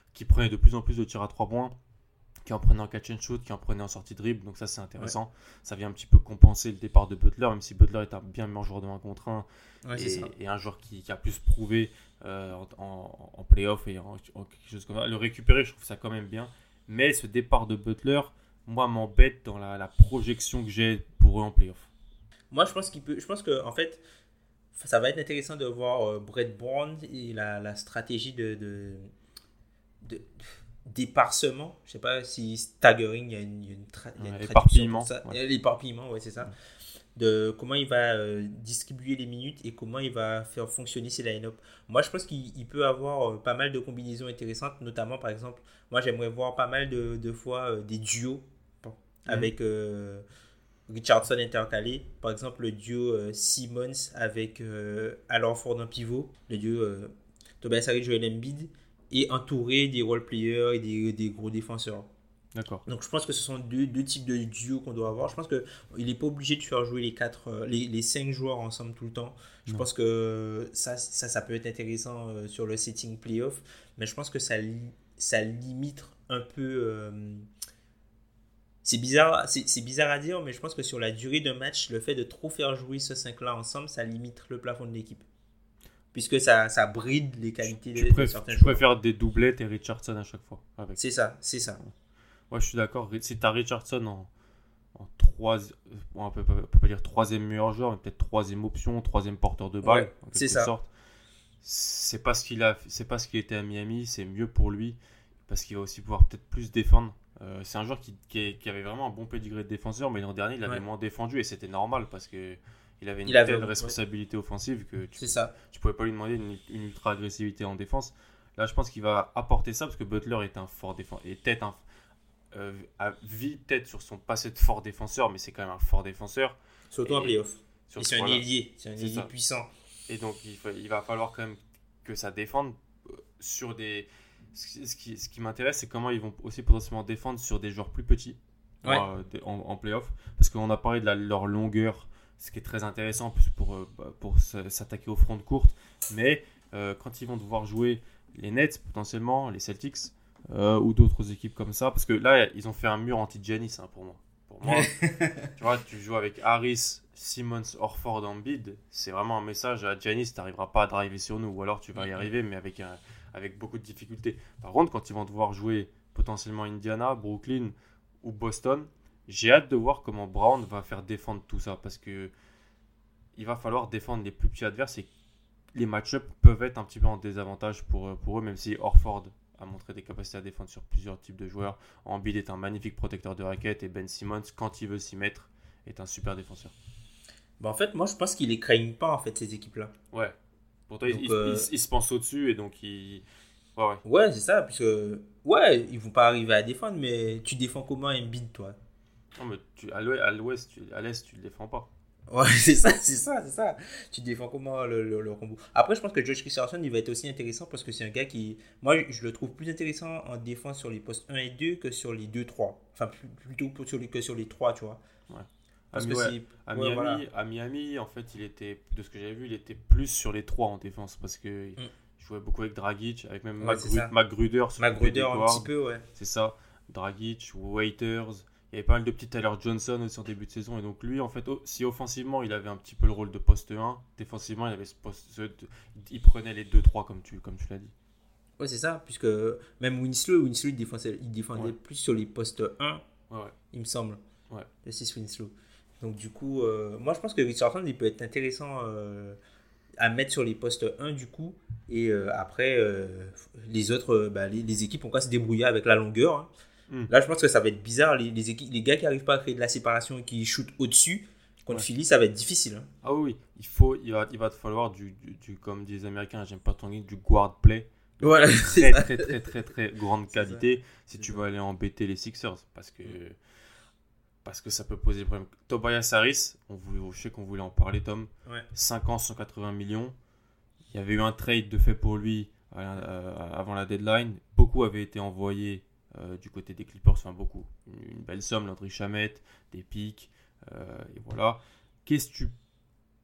qui prenait de plus en plus de tirs à trois points, qui en prenait en catch and shoot, qui en prenait en sortie de dribble. Donc ça, c'est intéressant. Ouais. Ça vient un petit peu compenser le départ de Butler, même si Butler est un bien meilleur joueur de un contre un ouais, et, et un joueur qui, qui a plus prouvé euh, en, en, en playoff et en, en quelque chose comme ça. Le récupérer, je trouve ça quand même bien. Mais ce départ de Butler, moi, m'embête dans la, la projection que j'ai pour eux en playoff. Moi, je pense qu'il peut. Je pense que en fait, ça va être intéressant de voir euh, Brett Brown et la, la stratégie de, de, de d'éparcement. Je sais pas si staggering, il y a une, il y a une, tra- il y a une ouais, traduction pour ça. Ouais. L'éparpillement, ouais, c'est ça. Ouais. De comment il va euh, distribuer les minutes et comment il va faire fonctionner ses line-up. Moi, je pense qu'il il peut avoir euh, pas mal de combinaisons intéressantes, notamment par exemple, moi j'aimerais voir pas mal de, de fois euh, des duos bon, mmh. avec euh, Richardson intercalé. Par exemple, le duo euh, Simmons avec euh, Al Horford en pivot, le duo euh, Tobias Harris, Joel Embiid, et entouré des role players et des, des gros défenseurs. D'accord. Donc je pense que ce sont deux, deux types de duos qu'on doit avoir. Je pense qu'il n'est pas obligé de faire jouer les, quatre, les, les cinq joueurs ensemble tout le temps. Je non. pense que ça, ça, ça peut être intéressant euh, sur le setting playoff. Mais je pense que ça, ça limite un peu... Euh, c'est, bizarre, c'est, c'est bizarre à dire, mais je pense que sur la durée d'un match, le fait de trop faire jouer ces cinq-là ensemble, ça limite le plafond de l'équipe. Puisque ça, ça bride les qualités tu de, préfères, de certains tu joueurs. Tu préfères des doublettes et Richardson à chaque fois. Avec. C'est ça, c'est ça. Ouais, je suis d'accord. Si tu as Richardson en, en trois, bon, on peut, on peut pas dire troisième meilleur joueur, mais peut-être troisième option, troisième porteur de balle, ouais, en c'est ça. Sorte. C'est pas ce qu'il a, c'est pas ce qu'il était à Miami, c'est mieux pour lui parce qu'il va aussi pouvoir peut-être plus défendre. Euh, c'est un joueur qui, qui, qui avait vraiment un bon pédigré de défenseur, mais l'an dernier il avait ouais. moins défendu et c'était normal parce que il avait une il telle avait, responsabilité ouais. offensive que tu, c'est ça. tu pouvais pas lui demander une, une ultra agressivité en défense. Là, je pense qu'il va apporter ça parce que Butler est un fort défenseur, et peut-être un Euh, a vit peut-être sur son passé de fort défenseur, mais c'est quand même un fort défenseur. Surtout en playoff. Sur, et c'est un voilà. ailier, c'est un c'est ailier ça. puissant. Et donc il, faut, il va falloir quand même que ça défende sur des. Ce qui, ce qui m'intéresse, c'est comment ils vont aussi potentiellement défendre sur des joueurs plus petits ouais. en, en, en playoff. Parce qu'on a parlé de la, leur longueur, ce qui est très intéressant pour, pour, pour s'attaquer aux fronts courtes. Mais euh, quand ils vont devoir jouer les Nets, potentiellement, les Celtics. Euh, ou d'autres équipes comme ça, parce que là ils ont fait un mur anti-Giannis hein, pour moi. Pour moi, tu vois, tu joues avec Harris, Simmons, Horford, Embiid, c'est vraiment un message à Giannis, tu n'arriveras pas à driver sur nous, ou alors tu vas y arriver, mais avec, un, avec beaucoup de difficultés. Par contre, quand ils vont devoir jouer potentiellement Indiana, Brooklyn ou Boston, j'ai hâte de voir comment Brown va faire défendre tout ça, parce que il va falloir défendre les plus petits adverses et les match-ups peuvent être un petit peu en désavantage pour, pour eux, même si Horford a montré des capacités à défendre sur plusieurs types de joueurs. Embiid est un magnifique protecteur de raquettes et Ben Simmons, quand il veut s'y mettre, est un super défenseur. Bah en fait, moi je pense qu'ils les craignent pas en fait ces équipes-là. Ouais. Pourtant ils, ils, euh... ils, ils se pensent au-dessus et donc ils. Ouais, ouais. Ouais, c'est ça, puisque ouais, ils vont pas arriver à défendre, mais tu défends comment Embiid toi? Non mais tu, à l'ouest, tu, à l'est, tu le défends pas. Ouais, c'est ça, c'est ça, c'est ça. Tu défends comment le, le, le combo. Après, je pense que Josh Richardson, il va être aussi intéressant parce que c'est un gars qui... Moi, je le trouve plus intéressant en défense sur les postes un et deux que sur les deux trois. Enfin, plutôt sur les, que sur les trois, tu vois. Ouais. Parce à, que ouais. c'est... À, ouais, Miami, voilà. à Miami, en fait, il était, de ce que j'avais vu, il était plus sur les trois en défense parce que... Mm. Il jouait beaucoup avec Dragic, avec même ouais, McGruder. McGruder un petit peu, ouais. C'est ça. Dragic, Waiters... Il y avait pas mal de petits Tyler Johnson aussi en début de saison. Et donc lui, en fait, si offensivement, il avait un petit peu le rôle de poste un, défensivement, il avait ce poste, ce, il prenait les deux trois comme tu, comme tu l'as dit. Ouais, c'est ça. Puisque même Winslow, Winslow il défendait, il défendait ouais. plus sur les postes un, ouais, ouais. il me semble. Ouais. Le six Winslow. Donc du coup, euh, moi je pense que Richardson, il peut être intéressant euh, à mettre sur les postes un du coup. Et euh, après, euh, les autres, euh, bah, les, les équipes ont qu'à se débrouiller avec la longueur. Hein. Mm. Là, je pense que ça va être bizarre. Les, les, équipes, les gars qui n'arrivent pas à créer de la séparation et qui shootent au-dessus, contre ouais. Philly, ça va être difficile. Hein. Ah oui, il, faut, il, va, il va te falloir, du, du, du, comme disent les Américains, j'aime pas ton guide, du guard play. Voilà, très, très, très, très, très, très grande qualité si c'est tu ça. veux aller embêter les Sixers. Parce que, mm. parce que ça peut poser des problèmes. Tobias Harris, on voulait, je sais qu'on voulait en parler, Tom. Ouais. cinq ans, cent quatre-vingts millions. Il y avait eu un trade de fait pour lui euh, avant la deadline. Beaucoup avaient été envoyés. Euh, du côté des Clippers, enfin beaucoup, une, une belle somme, Landry Shamet, des pics, euh, et voilà. Qu'est-ce que tu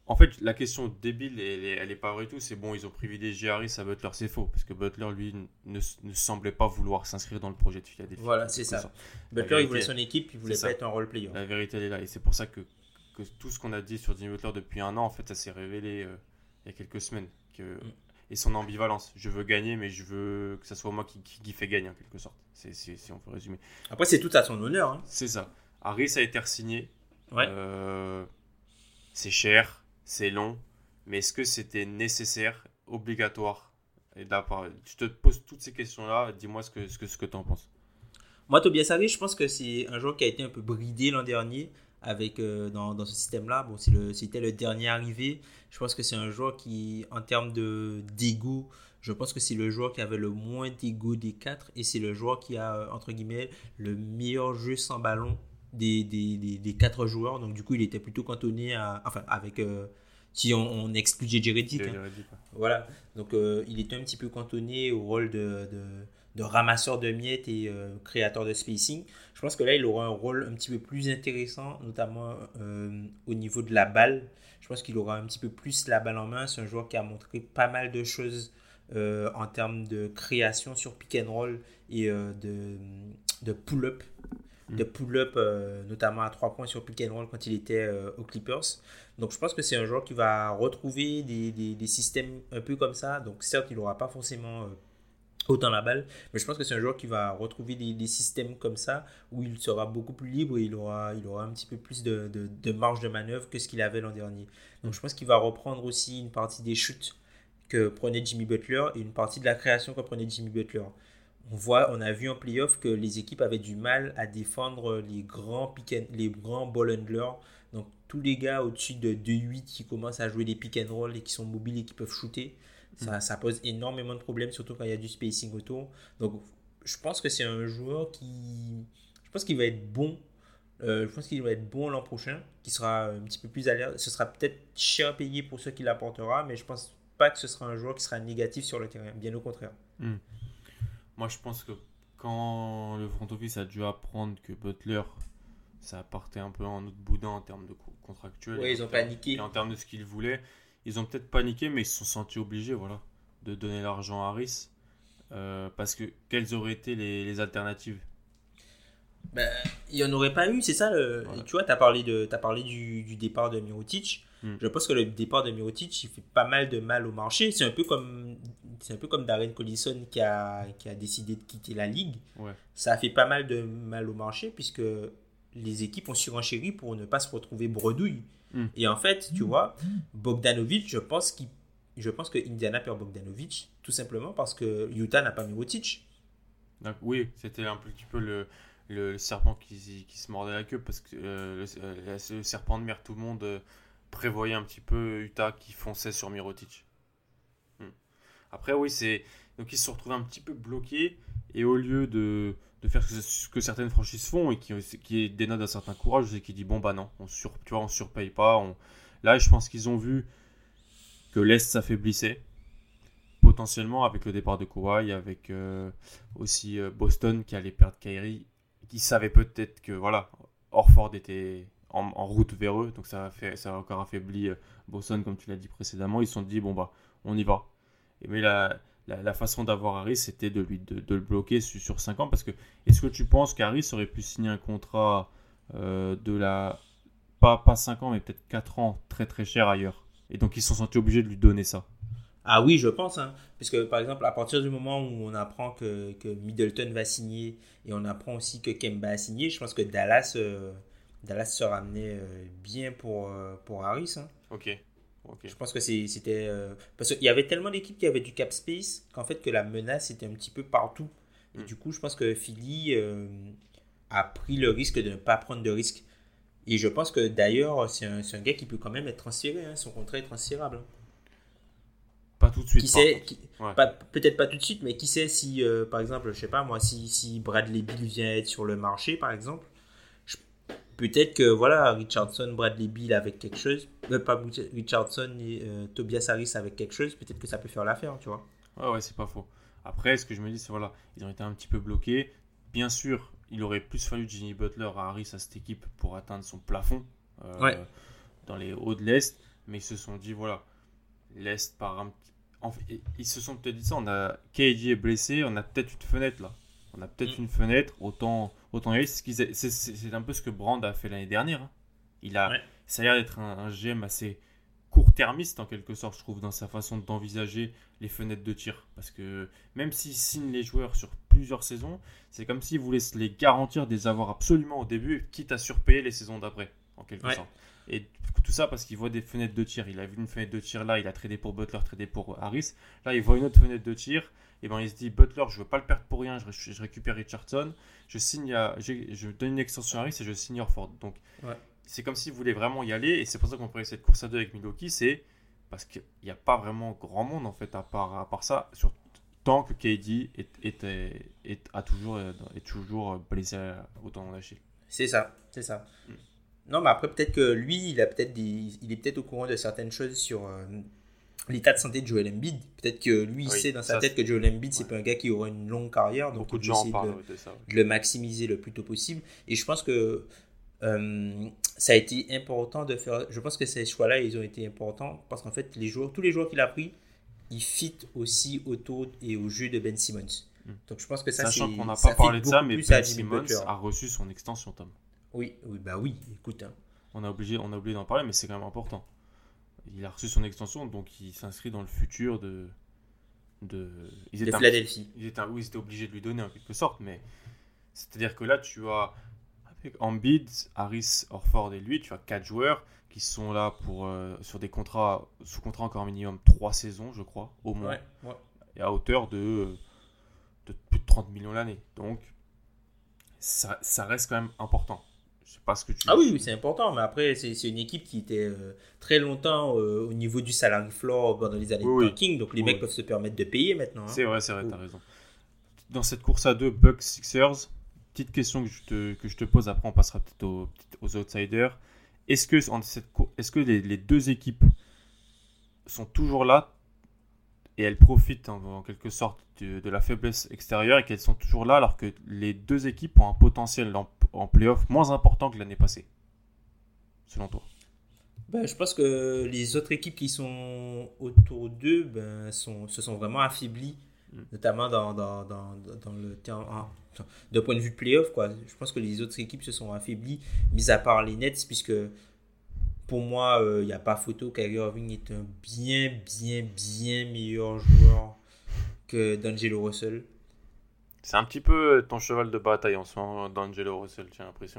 En fait, la question débile, elle est, elle est pas vraie du tout. C'est bon, ils ont privilégié Harris à Butler, c'est faux. Parce que Butler, lui, ne, ne semblait pas vouloir s'inscrire dans le projet de Philadelphie. Voilà, c'est ça. Butler, vérité, il voulait son équipe, il voulait pas être un role player. La vérité, elle est là. Et c'est pour ça que, que tout ce qu'on a dit sur Jimmy Butler depuis un an, en fait, ça s'est révélé euh, il y a quelques semaines. Que, mm. Et son ambivalence. Je veux gagner, mais je veux que ça soit moi qui, qui, qui fait gagner, en quelque sorte. C'est, c'est, si on peut résumer. Après, c'est tout à son honneur. Hein. C'est ça. Harris a été re-signé. Ouais. Euh, c'est cher, c'est long. Mais est-ce que c'était nécessaire, obligatoire? Et là, je te pose toutes ces questions-là. Dis-moi ce que, ce que, ce que tu en penses. Moi, Tobias Harris, je pense que c'est un joueur qui a été un peu bridé l'an dernier avec, euh, dans, dans ce système-là. Bon, c'est le, c'était le dernier arrivé. Je pense que c'est un joueur qui, en termes de, d'ego, je pense que c'est le joueur qui avait le moins d'ego des quatre. Et c'est le joueur qui a, entre guillemets, le meilleur jeu sans ballon des, des, des, des quatre joueurs. Donc, du coup, il était plutôt cantonné à... Enfin, avec... Euh, si on, on exclut J J Redick. Hein. Voilà. Donc, euh, il était un petit peu cantonné au rôle de, de, de ramasseur de miettes et euh, créateur de spacing. Je pense que là, il aura un rôle un petit peu plus intéressant, notamment euh, au niveau de la balle. Je pense qu'il aura un petit peu plus la balle en main. C'est un joueur qui a montré pas mal de choses euh, en termes de création sur pick and roll et euh, de, de pull-up. de pull-up, euh, notamment à trois points sur pick and roll quand il était euh, aux Clippers. Donc, je pense que c'est un joueur qui va retrouver des, des, des systèmes un peu comme ça. Donc, certes, il n'aura pas forcément euh, autant la balle, mais je pense que c'est un joueur qui va retrouver des, des systèmes comme ça où il sera beaucoup plus libre et il aura, il aura un petit peu plus de, de, de marge de manœuvre que ce qu'il avait l'an dernier. Donc, je pense qu'il va reprendre aussi une partie des shoots que prenait Jimmy Butler et une partie de la création que prenait Jimmy Butler. On, voit, on a vu en playoff que les équipes avaient du mal à défendre les grands, pick and, les grands ball handlers. Donc, tous les gars au-dessus de deux huit qui commencent à jouer des pick and roll et qui sont mobiles et qui peuvent shooter, ça, ça pose énormément de problèmes, surtout quand il y a du spacing autour. Donc, je pense que c'est un joueur qui... Je pense qu'il va être bon. Euh, je pense qu'il va être bon l'an prochain, qui sera un petit peu plus alerte. Ce sera peut-être cher payé pour ceux qui l'apportera, mais je pense pas que ce sera un joueur qui sera négatif sur le terrain. Bien au contraire. Mm. Moi, je pense que quand le front office a dû apprendre que Butler, ça partait un peu en autre boudin en termes de contractuel. Oui, ils ont paniqué. Et en termes de ce qu'ils voulaient, ils ont peut-être paniqué, mais ils se sont sentis obligés, voilà, de donner l'argent à Harris. Euh, parce que quelles auraient été les, les alternatives? Ben, il n'y en aurait pas eu, c'est ça. Le... Voilà. Tu vois, tu as parlé, de, t'as parlé du, du départ de Mirotic. Hmm. Je pense que le départ de Mirotic, il fait pas mal de mal au marché. C'est un peu comme, c'est un peu comme Darren Collison qui a, qui a décidé de quitter la ligue. Ouais. Ça a fait pas mal de mal au marché puisque les équipes ont surenchéri pour ne pas se retrouver bredouille. Hmm. Et en fait, tu vois, Bogdanovic, je pense, qu'il, je pense que Indiana perd Bogdanovic tout simplement parce que Utah n'a pas Mirotic. Donc, oui, c'était un petit peu le... Le serpent qui, qui se mordait la queue parce que euh, le, le serpent de mer, tout le monde euh, prévoyait un petit peu Utah qui fonçait sur Mirotic. Hmm. Après, oui, c'est. Donc, ils se sont retrouvés un petit peu bloqués et au lieu de, de faire ce que certaines franchises font et qui, qui dénotent d'un certain courage, c'est qu'ils disent bon, bah non, on sur, tu vois, on surpaye pas. On... Là, je pense qu'ils ont vu que l'Est s'affaiblissait. Potentiellement avec le départ de Kawhi, avec euh, aussi euh, Boston qui allait perdre Kyrie. Qui savaient peut-être que voilà, Horford était en, en route vers eux, donc ça a, fait, ça a encore affaibli Boston comme tu l'as dit précédemment. Ils se sont dit bon bah on y va. Et mais la, la, la façon d'avoir Harris c'était de lui de, de le bloquer sur, sur cinq ans parce que est-ce que tu penses qu'Harris aurait pu signer un contrat euh, de la pas, pas cinq ans mais peut-être quatre ans très très cher ailleurs et donc ils se sont sentis obligés de lui donner ça? Ah oui, je pense. Hein. Puisque, par exemple, à partir du moment où on apprend que, que Middleton va signer et on apprend aussi que Kemba a signé, je pense que Dallas, euh, Dallas se ramenait euh, bien pour, euh, pour Harris. Hein. Ok. okay. Je pense que c'est, c'était... Euh, parce qu'il y avait tellement d'équipes qui avaient du cap space qu'en fait, que la menace était un petit peu partout. Et mm. du coup, je pense que Philly euh, a pris le risque de ne pas prendre de risque. Et je pense que, d'ailleurs, c'est un, c'est un gars qui peut quand même être transféré. Hein. Son contrat est transférable. Hein. Pas tout de suite. Qui sait, qui, ouais. pas, peut-être pas tout de suite, mais qui sait si, euh, par exemple, je sais pas moi, si, si Bradley Beal vient être sur le marché, par exemple, je, peut-être que voilà, Richardson, Bradley Beal avec quelque chose, euh, pas Richardson et euh, Tobias Harris avec quelque chose, peut-être que ça peut faire l'affaire, tu vois. Ouais, ouais, c'est pas faux. Après, ce que je me dis, c'est voilà, ils ont été un petit peu bloqués. Bien sûr, il aurait plus fallu Jimmy Butler à Harris à cette équipe pour atteindre son plafond euh, ouais. dans les hauts de l'Est. mais ils se sont dit, voilà, laisse par un petit... En fait, ils se sont peut-être dit ça, on a K D est blessé, on a peut-être une fenêtre là. On a peut-être mm. une fenêtre, autant, autant y aller. C'est, c'est, c'est, c'est un peu ce que Brand a fait l'année dernière. Hein. Il a, ouais. Ça a l'air d'être un, un G M assez court-termiste en quelque sorte, je trouve, dans sa façon d'envisager les fenêtres de tir. Parce que même s'il signe les joueurs sur plusieurs saisons, c'est comme s'il voulait se les garantir de les avoir absolument au début, quitte à surpayer les saisons d'après, en quelque ouais. sorte. Et tout ça parce qu'il voit des fenêtres de tir. Il a vu une fenêtre de tir là, il a tradé pour Butler, tradé pour Harris. Là, il voit une autre fenêtre de tir. Et ben il se dit, Butler, je veux pas le perdre pour rien, je, je récupère Richardson, je signe à, je donne une extension à Harris et je signe Horford. Donc ouais. c'est comme s'il voulait vraiment y aller, et c'est pour ça qu'on prenait cette course à deux avec Milwaukee, c'est parce qu'il n'y a pas vraiment grand monde en fait à part, à part ça, sur, tant que K D est, est, est, est, a toujours, est toujours blessé au tendon d'Achille. C'est ça, c'est ça. Mm. Non, mais après peut-être que lui, il, a peut-être des, il est peut-être au courant de certaines choses sur... Euh, l'état de santé de Joel Embiid. Peut-être que lui, il oui, sait dans sa tête c'est... que Joel Embiid, ouais. c'est pas un gars qui aura une longue carrière. Donc, beaucoup il de gens essaie parlent de, de ça. Ouais. de le maximiser le plus tôt possible. Et je pense que euh, ça a été important de faire... Je pense que ces choix-là, ils ont été importants parce qu'en fait, les joueurs, tous les joueurs qu'il a pris, ils fit aussi autour et au jeu de Ben Simmons. Hmm. Donc, je pense que ça, Sachant c'est... qu'on n'a pas parlé de ça, mais Ben Simmons a reçu son extension, Tom. Oui, oui, bah oui, écoute. Hein. On a obligé, on a oublié d'en parler, mais c'est quand même important. Il a reçu son extension, donc il s'inscrit dans le futur de... de, ils de Philadelphie. Un, ils étaient, oui, ils étaient obligés de lui donner en quelque sorte, mais c'est-à-dire que là, tu as, avec Embiid, Harris, Horford et lui, tu as quatre joueurs qui sont là pour, euh, sur des contrats, sous contrat encore minimum trois saisons, je crois, au moins, ouais, ouais. et à hauteur de, de plus de trente millions l'année. Donc, ça, ça reste quand même important. Je sais pas ce que tu ah oui, oui, c'est important, mais après, c'est, c'est une équipe qui était euh, très longtemps euh, au niveau du salary floor pendant les années oui, de tanking, donc les oui, mecs oui. peuvent se permettre de payer maintenant. Hein. C'est vrai, c'est vrai, oui. T'as raison. Dans cette course à deux, Bucks, Sixers, petite question que je te, que je te pose, après on passera peut-être aux, aux outsiders. Est-ce que, en cette, est-ce que les, les deux équipes sont toujours là et elles profitent en, en quelque sorte de, de la faiblesse extérieure et qu'elles sont toujours là alors que les deux équipes ont un potentiel en, en play-off moins important que l'année passée, selon toi? Ben, je pense que les autres équipes qui sont autour d'eux ben, sont, se sont vraiment affaiblies, mm. notamment dans, dans, dans, dans le terme, d'un point de vue play-off, quoi. Je pense que les autres équipes se sont affaiblies, mis à part les Nets, puisque pour moi, il euh, n'y a pas photo. Kyrie Irving est un bien, bien, bien meilleur joueur que D'Angelo Russell. C'est un petit peu ton cheval de bataille en ce moment, D'Angelo Russell, j'ai l'impression.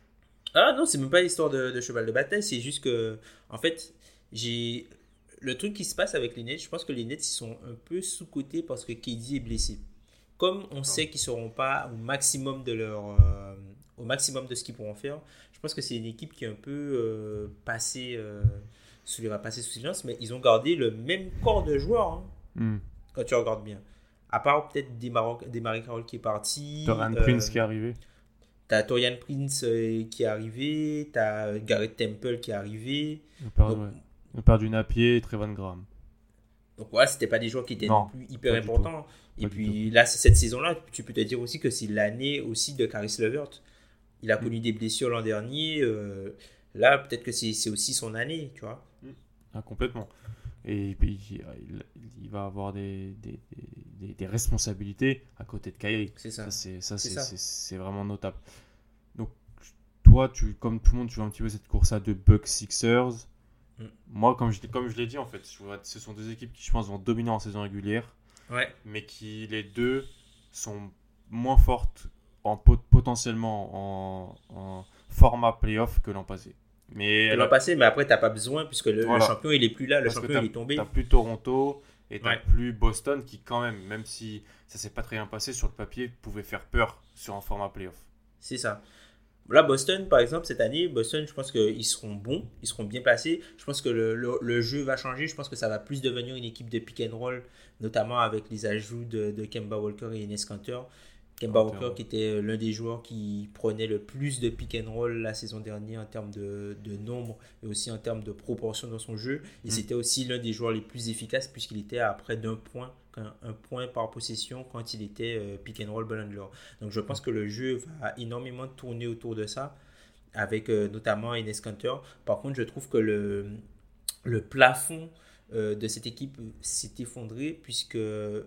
Ah non, c'est même pas l'histoire de, de cheval de bataille, c'est juste que, en fait, j'ai... le truc qui se passe avec les Nets, je pense que les Nets ils sont un peu sous-cotés parce que K D est blessé. Comme on sait qu'ils ne seront pas au maximum de leur... Euh, au maximum de ce qu'ils pourront faire, je pense que c'est une équipe qui est un peu euh, passée, euh, sous, passée sous silence, mais ils ont gardé le même corps de joueurs, hein, mm. quand tu regardes bien. À part peut-être des Desmarais Carroll qui est parti. Torian euh, Prince qui est arrivé. T'as Torian Prince euh, qui est arrivé, t'as Garrett Temple qui est arrivé. On perd, donc, ouais. on perd du Napier et Trevon Graham. Donc ouais, c'était pas des joueurs qui étaient non, non plus hyper importants. Et puis là, cette saison-là, tu peux te dire aussi que c'est l'année aussi de Caris LeVert. Il a mm. connu des blessures l'an dernier. Euh, là, peut-être que c'est, c'est aussi son année, tu vois. Ah, complètement. Et puis, il, il va avoir des, des, des, des responsabilités à côté de Kyrie. C'est ça. Ça, c'est, ça, c'est, c'est, ça. C'est, c'est vraiment notable. Donc, toi, tu, comme tout le monde, tu vois un petit peu cette course à deux Bucks Sixers. Mm. Moi, comme je, comme je l'ai dit, en fait, je vois, ce sont deux équipes qui, je pense, vont dominer en saison régulière. Ouais. Mais qui, les deux, sont moins fortes en pot, potentiellement en, en format playoff que l'an passé. Mais l'an là, passé, mais après, tu n'as pas besoin puisque le, voilà. le champion, il n'est plus là. Le Parce champion, il est tombé. Tu n'as plus Toronto et tu n'as ouais. plus Boston qui, quand même, même si ça ne s'est pas très bien passé sur le papier, pouvait faire peur sur un format playoff. C'est ça. Là, Boston, par exemple, cette année, Boston, je pense qu'ils seront bons, ils seront bien placés. Je pense que le, le, le jeu va changer. Je pense que ça va plus devenir une équipe de pick and roll, notamment avec les ajouts de, de Kemba Walker et Enes Kanter. Kemba oh, Walker qui était l'un des joueurs qui prenait le plus de pick and roll la saison dernière en termes de, de nombre et aussi en termes de proportion dans son jeu. Et mm. c'était aussi l'un des joueurs les plus efficaces puisqu'il était à près d'un point, un point par possession quand il était euh, pick and roll ball handler. Donc je pense que le jeu va énormément tourner autour de ça avec euh, notamment Enes Kanter. Par contre, je trouve que le, le plafond euh, de cette équipe s'est effondré, puisque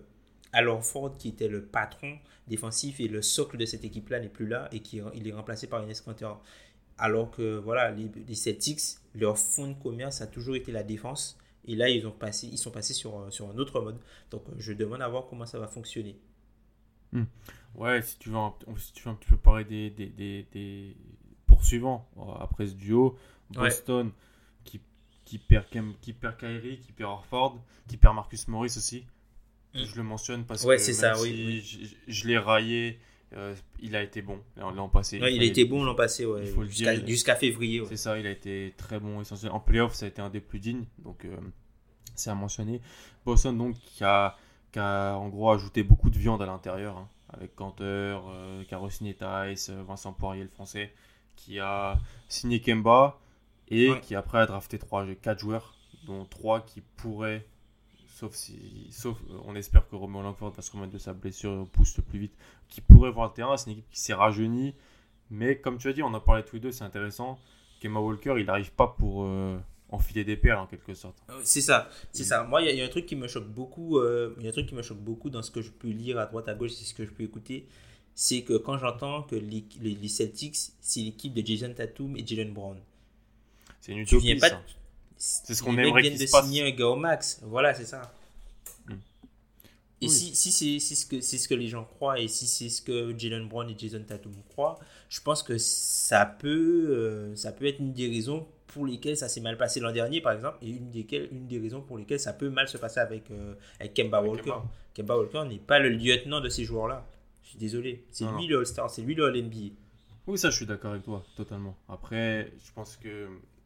Al Horford, qui était le patron défensif et le socle de cette équipe-là, n'est plus là et qui il est remplacé par Enes Kanter. Alors que voilà, les, les Celtics, leur fonds de commerce a toujours été la défense. Et là, ils, ont passé, ils sont passés sur, sur un autre mode. Donc, je demande à voir comment ça va fonctionner. Hmm. Ouais, si tu veux un, si tu veux un petit peu parler des, des, des, des poursuivants après ce duo, Boston ouais. qui, qui, perd, qui perd Kyrie, qui perd Horford, qui perd Marcus Morris aussi. Hmm. Je le mentionne parce ouais, que c'est même ça, si oui. je, je l'ai raillé, euh, il a été bon l'an passé. Ouais, il, il a été bon l'an passé, ouais, il faut jusqu'à, le dire, jusqu'à février. Ouais. C'est ça, il a été très bon essentiel. En playoff, ça a été un des plus dignes, donc euh, c'est à mentionner. Boston, donc, qui a, qui a en gros ajouté beaucoup de viande à l'intérieur, hein, avec Kanter, euh, qui a re-signé Thaïs, Vincent Poirier, le français, qui a signé Kemba et ouais. qui après a drafté quatre joueurs, dont trois qui pourraient. Sauf si, sauf, on espère que Romeo Langford va se remettre de sa blessure, pousse le plus vite, qui pourrait voir le terrain. C'est une équipe qui s'est rajeunie, mais comme tu as dit, on en parlait tous les deux, c'est intéressant. Kemba Walker, il n'arrive pas pour euh, enfiler des perles en quelque sorte. C'est ça, c'est ça. Moi, il y, y a un truc qui me choque beaucoup. Euh, il y a un truc qui me choque beaucoup dans ce que je peux lire à droite à gauche, c'est ce que je peux écouter, c'est que quand j'entends que les, les, les Celtics, c'est l'équipe de Jason Tatum et Jaylen Brown. C'est une utopie. Pas, ça. C'est ce qu'on aimerait qu'il de se passe. signer un gars au max. Voilà, c'est ça. Mm. Et oui. si, si c'est, c'est, ce que, c'est ce que les gens croient et si c'est ce que Jaylen Brown et Jason Tatum croient, je pense que ça peut, euh, ça peut être une des raisons pour lesquelles ça s'est mal passé l'an dernier, par exemple, et une, desquelles, une des raisons pour lesquelles ça peut mal se passer avec, euh, avec Kemba avec Walker. Kemba. Kemba Walker n'est pas le lieutenant de ces joueurs-là. Je suis désolé. C'est non, lui non. le All-Star, c'est lui le All-N B A. Oui, ça, je suis d'accord avec toi, totalement. Après, je pense que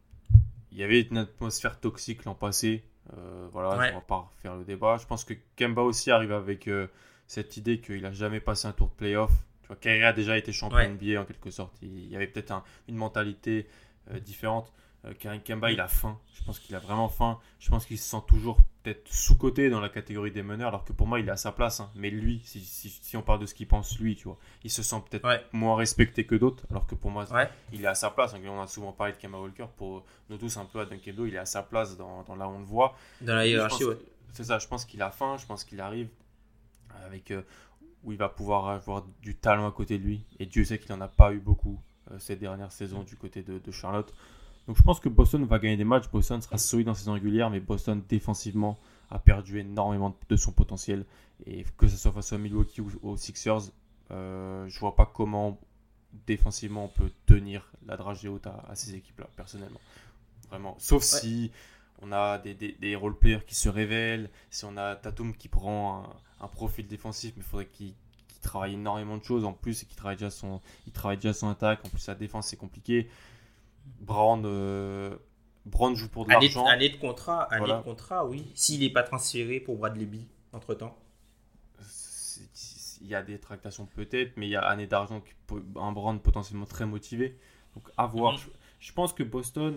il y avait une atmosphère toxique l'an passé. Euh, voilà, ouais. On va pas faire le débat. Je pense que Kemba aussi arrive avec euh, cette idée qu'il n'a jamais passé un tour de playoff. Tu vois, Kyrie a déjà été champion ouais. N B A en quelque sorte. Il y avait peut-être un, une mentalité euh, différente. Euh, Kemba, il a faim. Je pense qu'il a vraiment faim. Je pense qu'il se sent toujours peut-être sous-coté dans la catégorie des meneurs, alors que pour moi, il est à sa place. Hein. Mais lui, si, si, si on parle de ce qu'il pense lui, tu vois, il se sent peut-être ouais. moins respecté que d'autres, alors que pour moi, ouais. il est à sa place. On a souvent parlé de Kemba Walker. Pour nous tous, un peu à Dunkeldo, il est à sa place dans, dans là où on le voit. Dans la hiérarchie, ouais. C'est ça, je pense qu'il a faim. Je pense qu'il arrive avec euh, où il va pouvoir avoir du talent à côté de lui. Et Dieu sait qu'il n'en a pas eu beaucoup euh, ces dernières saisons du côté de, de Charlotte. Donc je pense que Boston va gagner des matchs. Boston sera solide en saison régulière, mais Boston défensivement a perdu énormément de son potentiel. Et que ce soit face à Milwaukee ou aux Sixers, euh, je vois pas comment défensivement on peut tenir la dragée haute à, à ces équipes-là, personnellement. Vraiment. Sauf ouais. si on a des, des, des role-players qui se révèlent, si on a Tatum qui prend un, un profil défensif, mais il faudrait qu'il, qu'il travaille énormément de choses en plus et qu'il travaille déjà son, il travaille déjà son attaque. En plus, sa défense, c'est compliqué. Brand, euh, Brand joue pour de année l'argent. De, année de contrat, année voilà. de contrat, oui. S'il n'est pas transféré pour Bradley Beal entre-temps. Il y a des tractations peut-être, mais il y a année d'argent, qui peut, un Brand potentiellement très motivé. Donc à voir. Mm-hmm. Je, je pense que Boston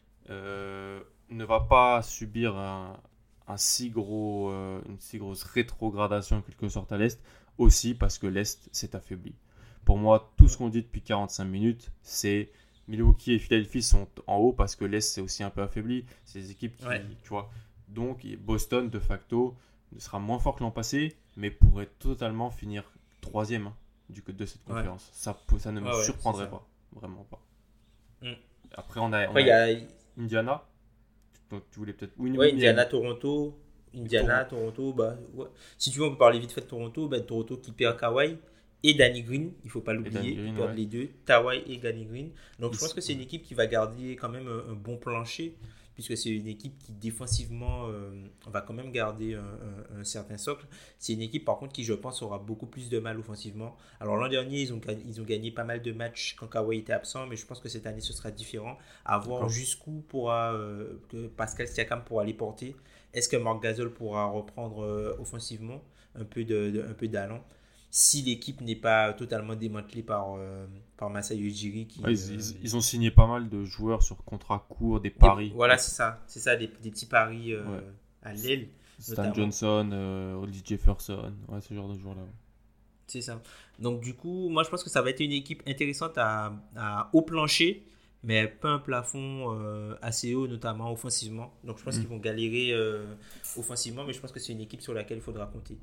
euh, ne va pas subir un, un si gros, euh, une si grosse rétrogradation en quelque sorte à l'Est, aussi parce que l'Est s'est affaibli. Pour moi, tout ce qu'on dit depuis quarante-cinq minutes, c'est Milwaukee et Philadelphie sont en haut parce que l'Est s'est aussi un peu affaibli. C'est des équipes qui, ouais. tu vois. Donc Boston, de facto, sera moins fort que l'an passé, mais pourrait totalement finir troisième hein, du de cette conférence. Ouais. Ça, ça ne me ah surprendrait ouais, pas, vraiment pas. Mm. Après, on a, Après, on a, a Indiana. Donc, tu voulais peut-être. Oui, oui Indiana, Toronto. Indiana, Toronto. Toronto bah, ouais. Si tu veux, on peut parler vite fait de Toronto. Bah, Toronto qui perd Kawhi. Et Danny Green, il ne faut pas l'oublier, ils perdent ouais. les deux, Kawhi et Danny Green. Donc je pense que c'est une équipe qui va garder quand même un, un bon plancher, puisque c'est une équipe qui défensivement euh, va quand même garder un, un, un certain socle. C'est une équipe par contre qui je pense aura beaucoup plus de mal offensivement. Alors l'an dernier ils ont, ils ont gagné pas mal de matchs quand Kawhi était absent, mais je pense que cette année ce sera différent. À voir D'accord. jusqu'où pourra, euh, que Pascal Siakam pourra les porter. Est-ce que Marc Gasol pourra reprendre euh, offensivement un peu, de, de, un peu d'allant si l'équipe n'est pas totalement démantelée par, euh, par Masai Ujiri. Qui, ouais, ils, euh, ils, ils ont signé pas mal de joueurs sur contrat court, des paris. Des, voilà, c'est ça. C'est ça, des, des petits paris euh, ouais. à l'aile. Stan notamment. Johnson, euh, Hollis Jefferson, ouais, ce genre de joueurs-là. Ouais. C'est ça. Donc, du coup, moi, je pense que ça va être une équipe intéressante à, à haut plancher, mais pas un plafond euh, assez haut, notamment offensivement. Donc je pense Mm. qu'ils vont galérer euh, offensivement, mais je pense que c'est une équipe sur laquelle il faudra compter.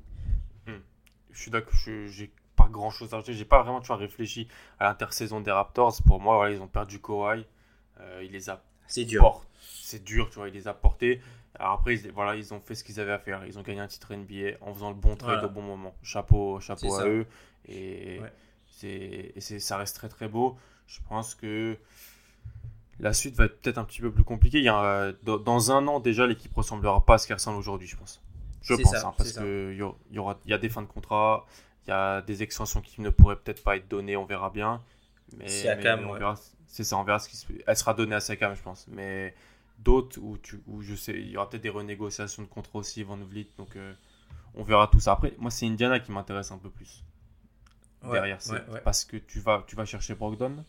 Je suis d'accord, je- j'ai pas grand chose à rajouter. J'ai pas vraiment tu vois, réfléchi à l'intersaison des Raptors. Pour moi, voilà, ils ont perdu Kawhi. Euh, il les a C'est dur. portés. C'est dur, tu vois, il les a portés. Alors après, ils, voilà, ils ont fait ce qu'ils avaient à faire. Ils ont gagné un titre N B A en faisant le bon trade Voilà. au bon moment. Chapeau, chapeau C'est à ça. eux. Et, Ouais. c'est, et c'est, ça reste très très beau. Je pense que la suite va être peut-être un petit peu plus compliquée. Il y a, euh, dans, dans un an, déjà, l'équipe ressemblera pas à ce qu'elle ressemble aujourd'hui, je pense. Je C'est pense, ça, hein, parce c'est ça. qu'il y, aura- il y, aura- il y a des fins de contrat, il y a des extensions qui ne pourraient peut-être pas être données, on verra bien. Mais, Siakam, mais on ouais. verra, c'est ça, on verra ce qui se Elle sera donnée à Siakam, je pense. Mais d'autres, où, tu, où je sais, il y aura peut-être des renégociations de contrat aussi, Van Vliet, donc euh, on verra tout ça. Après, moi, c'est Indiana qui m'intéresse un peu plus. Ouais, Derrière, c'est ouais, ouais. parce que tu vas, tu vas chercher Brogdon.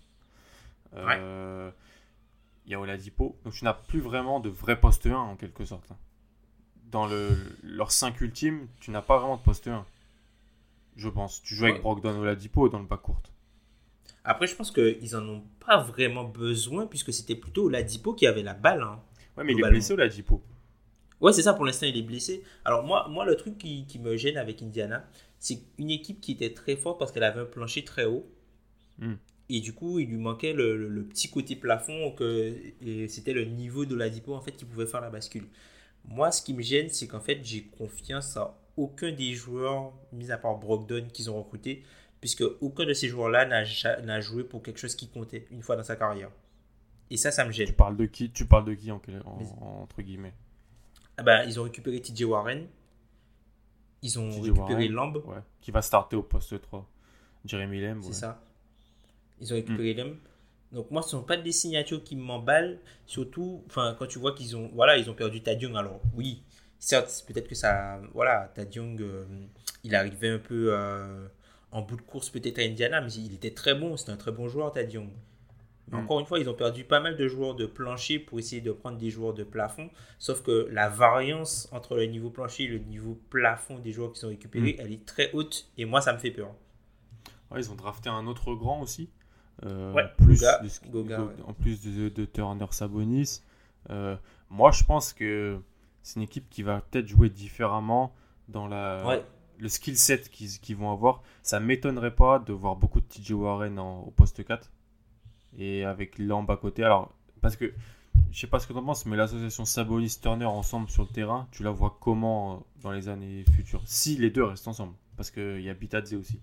Euh, Il y a Oladipo. Donc tu n'as plus vraiment de vrai poste un en quelque sorte. Dans le, leurs cinq ultimes, tu n'as pas vraiment de poste un. Je pense. Tu joues avec Ouais. Brogdon Oladipo dans le bas court. Après, je pense qu'ils en ont pas vraiment besoin, puisque c'était plutôt Oladipo qui avait la balle. Hein, Ouais, mais il est globalement. blessé Oladipo. Ouais, c'est ça, pour l'instant, il est blessé. Alors, moi, moi le truc qui, qui me gêne avec Indiana, c'est une équipe qui était très forte parce qu'elle avait un plancher très haut. Mm. Et du coup, il lui manquait le, le- le petit côté plafond, que, et c'était le niveau de l'Adipo en fait, qui pouvait faire la bascule. Moi, ce qui me gêne, c'est qu'en fait, j'ai confiance à aucun des joueurs, mis à part Brogdon, qu'ils ont recruté, puisque aucun de ces joueurs-là n'a, ja- n'a joué pour quelque chose qui comptait une fois dans sa carrière. Et ça, ça me gêne. Tu parles de qui Tu parles de qui en, en- Mais- en- entre guillemets Ah bah, ils ont récupéré T J Warren, ils ont T J récupéré Warren, Lamb. ouais, qui va starter au poste trois. Jeremy Lamb. C'est Ouais. ça. Ils ont récupéré Lamb. Donc moi, ce ne sont pas des signatures qui m'emballent. Surtout, enfin, quand tu vois qu'ils ont, voilà, ils ont perdu Thad Young. Alors oui, certes, peut-être que ça, voilà, Thad Young, euh, il arrivait un peu euh, en bout de course peut-être à Indiana, mais il était très bon. C'était un très bon joueur, Thad Young. Mais Mm. encore une fois, ils ont perdu pas mal de joueurs de plancher pour essayer de prendre des joueurs de plafond. Sauf que la variance entre le niveau plancher et le niveau plafond des joueurs qu'ils ont récupérés, Mm. elle est très haute. Et moi, ça me fait peur. Ouais, ils ont drafté un autre grand aussi. Euh, Ouais, plus Goga, de- Goga, Go- ouais. En plus de, de Turner Sabonis. Euh, moi, je pense que c'est une équipe qui va peut-être jouer différemment dans la, Ouais. le skill set qu'ils qu'ils vont avoir. Ça ne m'étonnerait pas de voir beaucoup de T J Warren en- au poste quatre et avec Lamb à côté. Alors, parce que je sais pas ce que tu en penses, mais l'association Sabonis-Turner ensemble sur le terrain, tu la vois comment euh, dans les années futures? Si les deux restent ensemble, parce qu'il y a Bitadze aussi.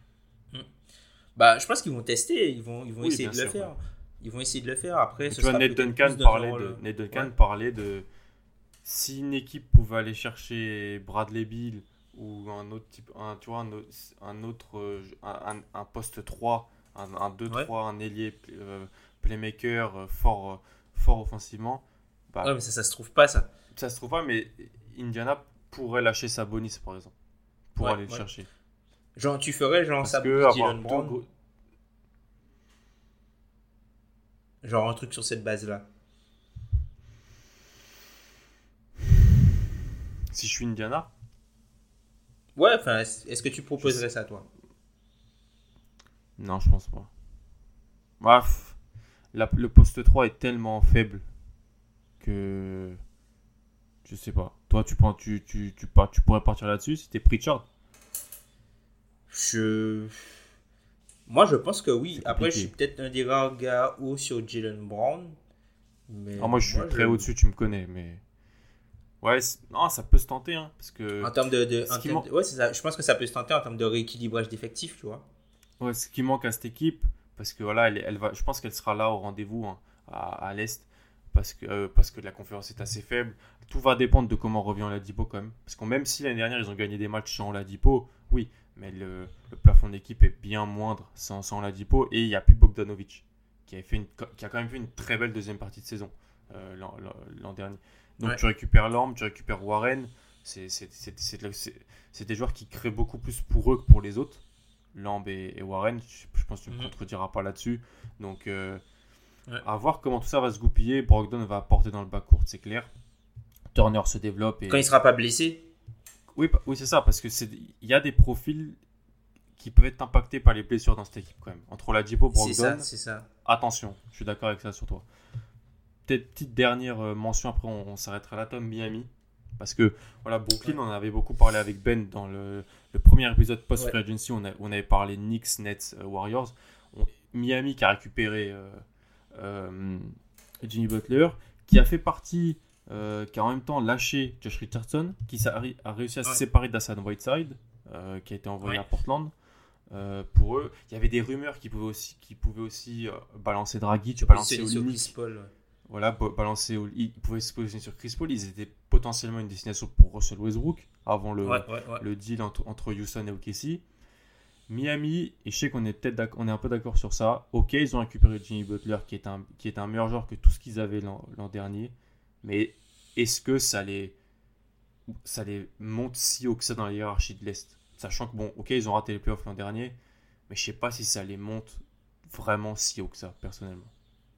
Bah, je pense qu'ils vont tester, ils vont, ils vont Oui, essayer bien de le sûr, faire. ouais. Ils vont essayer de le faire. Après, Mais ce tu vois, sera Ned peut-être Duncan, plus dans un parlait rôle- de, Ned Duncan Ouais. parlait de si une équipe pouvait aller chercher Bradley Beal ou un autre type, un, tu vois, un, autre- un autre, euh, un, un- un poste trois, un, un deux trois, un ailier euh, playmaker euh, fort, euh, fort offensivement, bah, Ouais, mais ça, ça se trouve pas, ça. ça se trouve pas, mais Indiana pourrait lâcher Sabonis par exemple pour Ouais, aller le ouais. chercher. Genre, tu ferais genre Parce ça que pour avoir Jalen deux Brown, gros- genre un truc sur cette base-là. si je suis Indiana, Ouais, enfin, est-ce que tu proposerais ça, toi? non, je pense pas. Bref, la- le poste trois est tellement faible que je sais pas. Toi, tu, penses- tu, tu, tu, par- tu pourrais partir là-dessus si t'es Pritchard. Je... Moi, je pense que oui. C'est Après, je compliqué. suis peut-être un des rares gars hauts sur Jalen Brown. Mais Ah, moi, je suis très au-dessus, tu me connais, mais ouais, c'est- non, ça peut se tenter, hein, parce que En termes de... de- Ce en qui termes man- de- ouais, c'est ça. Je pense que ça peut se tenter en termes de rééquilibrage d'effectifs, tu vois. ouais, ce qui manque à cette équipe, parce que voilà, elle, elle va, je pense qu'elle sera là au rendez-vous hein, à, à l'est, parce que euh, parce que la conférence est assez faible. Tout va dépendre de comment revient Oladipo quand même, parce que même si l'année dernière ils ont gagné des matchs sans Oladipo, oui, mais le, le plafond d'équipe est bien moindre sans, sans Oladipo, et il n'y a plus Bogdanovic qui, avait fait une, qui a quand même fait une très belle deuxième partie de saison euh, l'an, l'an- l'an dernier. Donc Ouais. tu récupères Lamb, tu récupères Warren, c'est, c'est, c'est, c'est, c'est, c'est des joueurs qui créent beaucoup plus pour eux que pour les autres. Lamb et, et Warren, je, je pense que tu ne me Mhm. contrediras pas là-dessus. Donc, euh, Ouais. à voir comment tout ça va se goupiller. Brogdon va apporter dans le bas-court, c'est clair. Turner se développe. Et... Quand il sera pas blessé. Oui, pa- oui c'est ça, parce que c'est, il y a des profils qui peuvent être impactés par les blessures dans cette équipe quand même. Entre Oladipo, Brogdon, C'est ça, c'est ça. attention, je suis d'accord avec ça sur toi. Peut-être petite dernière euh, mention, après on, on s'arrêtera là, Tom, Miami. Parce que voilà, Brooklyn, ouais. on en avait beaucoup parlé avec Ben dans le, le premier épisode post-free agency, ouais. on, a, on avait parlé Knicks, Nets, euh, Warriors. On, Miami qui a récupéré euh, euh, Jimmy Butler, qui a fait partie, euh, qui a en même temps lâché Josh Richardson, qui a, a réussi à se ouais. séparer d'Hassan Whiteside, euh, qui a été envoyé ouais. à Portland. Euh, pour eux, il y avait des rumeurs qui pouvaient aussi, qui pouvaient aussi euh, balancer Dragic, balancer Olynyk. Voilà, balancer, ils pouvaient se positionner sur Chris Paul. Ils étaient potentiellement une destination pour Russell Westbrook avant le, ouais, ouais, ouais. le deal entre, entre Houston et O K C. Miami, et je sais qu'on est peut-être on est un peu d'accord sur ça. Ok, ils ont récupéré Jimmy Butler qui est un, qui est un meilleur joueur que tout ce qu'ils avaient l'an, l'an dernier. Mais est-ce que ça les, ça les monte si haut que ça dans la hiérarchie de l'Est? Sachant que, bon, ok, ils ont raté les playoffs l'an dernier, mais je sais pas si ça les monte vraiment si haut que ça, personnellement.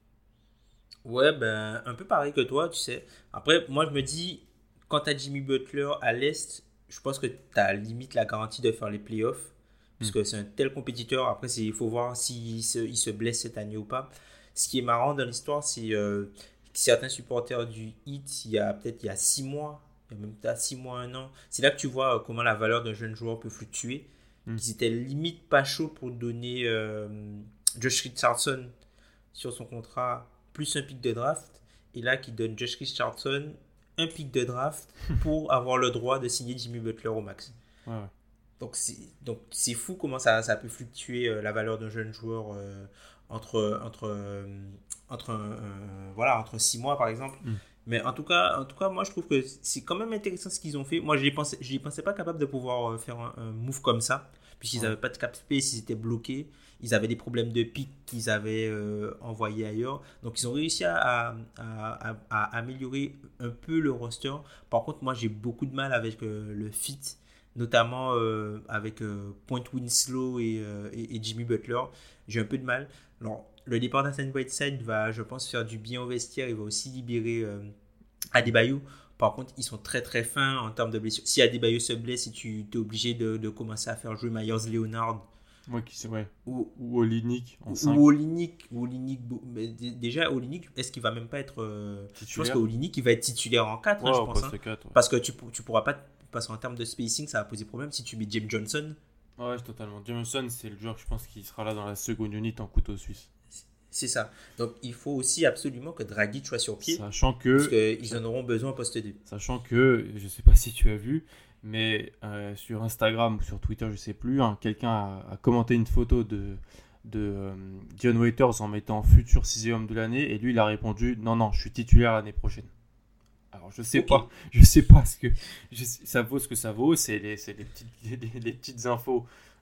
Ouais, ben, un peu pareil que toi, tu sais. Après, moi, je me dis, quand tu as Jimmy Butler à l'Est, je pense que tu as limite la garantie de faire les playoffs. Parce que c'est un tel compétiteur. Après, il faut voir s'il se, il se blesse cette année ou pas. Ce qui est marrant dans l'histoire, c'est euh, que certains supporters du Heat, il y a peut-être il y a six mois, il y a même peut-être six mois, un an, c'est là que tu vois comment la valeur d'un jeune joueur peut fluctuer. Mm. Ils étaient limite pas chauds pour donner euh, Josh Richardson sur son contrat, plus un pick de draft. Et là, qui donne Josh Richardson un pick de draft pour avoir le droit de signer Jimmy Butler au max. Ouais, ouais. Donc c'est, donc, c'est fou comment ça, ça peut fluctuer euh, la valeur d'un jeune joueur euh, entre, entre, euh, entre, euh, voilà, entre six mois, par exemple. Mm. Mais en tout, cas, en tout cas, moi, je trouve que c'est quand même intéressant ce qu'ils ont fait. Moi, je n'y pensais, je n'y pensais pas capable de pouvoir euh, faire un, un move comme ça, puisqu'ils n'avaient ouais. pas de cap space, ils étaient bloqués. Ils avaient des problèmes de pic qu'ils avaient euh, envoyés ailleurs. Donc, ils ont réussi à, à, à, à améliorer un peu le roster. Par contre, moi, j'ai beaucoup de mal avec euh, le fit, notamment euh, avec euh, Point Winslow et, euh, et, et Jimmy Butler. J'ai un peu de mal. Alors, le départ d'Hassan Whiteside va, je pense, faire du bien au vestiaire. Il va aussi libérer euh, Adebayo. Par contre, ils sont très très fins en termes de blessures. Si Adebayo se blesse, tu es obligé de, de commencer à faire jouer Myers Leonard. Ouais, qui c'est, ouais. Ou, ou Olynyk en cinq. Ou Olynyk. Ou Olynyk mais déjà, Olynyk, est-ce qu'il va même pas être... Euh, je pense qu'Olynyk, il va être titulaire en quatre, ouais, hein, je pense. Hein, quatre, ouais. Parce que tu, tu pourras pas... Parce qu'en termes de spacing, ça va poser problème si tu mets James Johnson. Ouais, totalement. James Johnson, c'est le joueur que je pense qui sera là dans la seconde unit en couteau suisse. C'est ça. Donc, il faut aussi absolument que Dragic soit sur pied. Sachant que... Parce qu'ils en auront besoin au poste deux. Sachant que, je ne sais pas si tu as vu, mais euh, sur Instagram ou sur Twitter, je ne sais plus, hein, quelqu'un a, a commenté une photo de, de euh, Dion Waiters en mettant futur sixième homme de l'année. Et lui, il a répondu « Non, non, je suis titulaire l'année prochaine ». Alors, je sais okay. pas, je sais pas ce que je sais, ça vaut ce que ça vaut, c'est les, c'est les, petites, les, les petites infos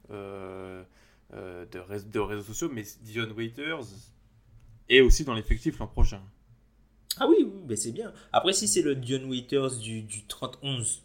euh, euh, de, réseaux, de réseaux sociaux, mais Dion Waiters est aussi dans l'effectif l'an prochain. Ah oui, oui, mais c'est bien. Après, si c'est le Dion Waiters du, du trente onze,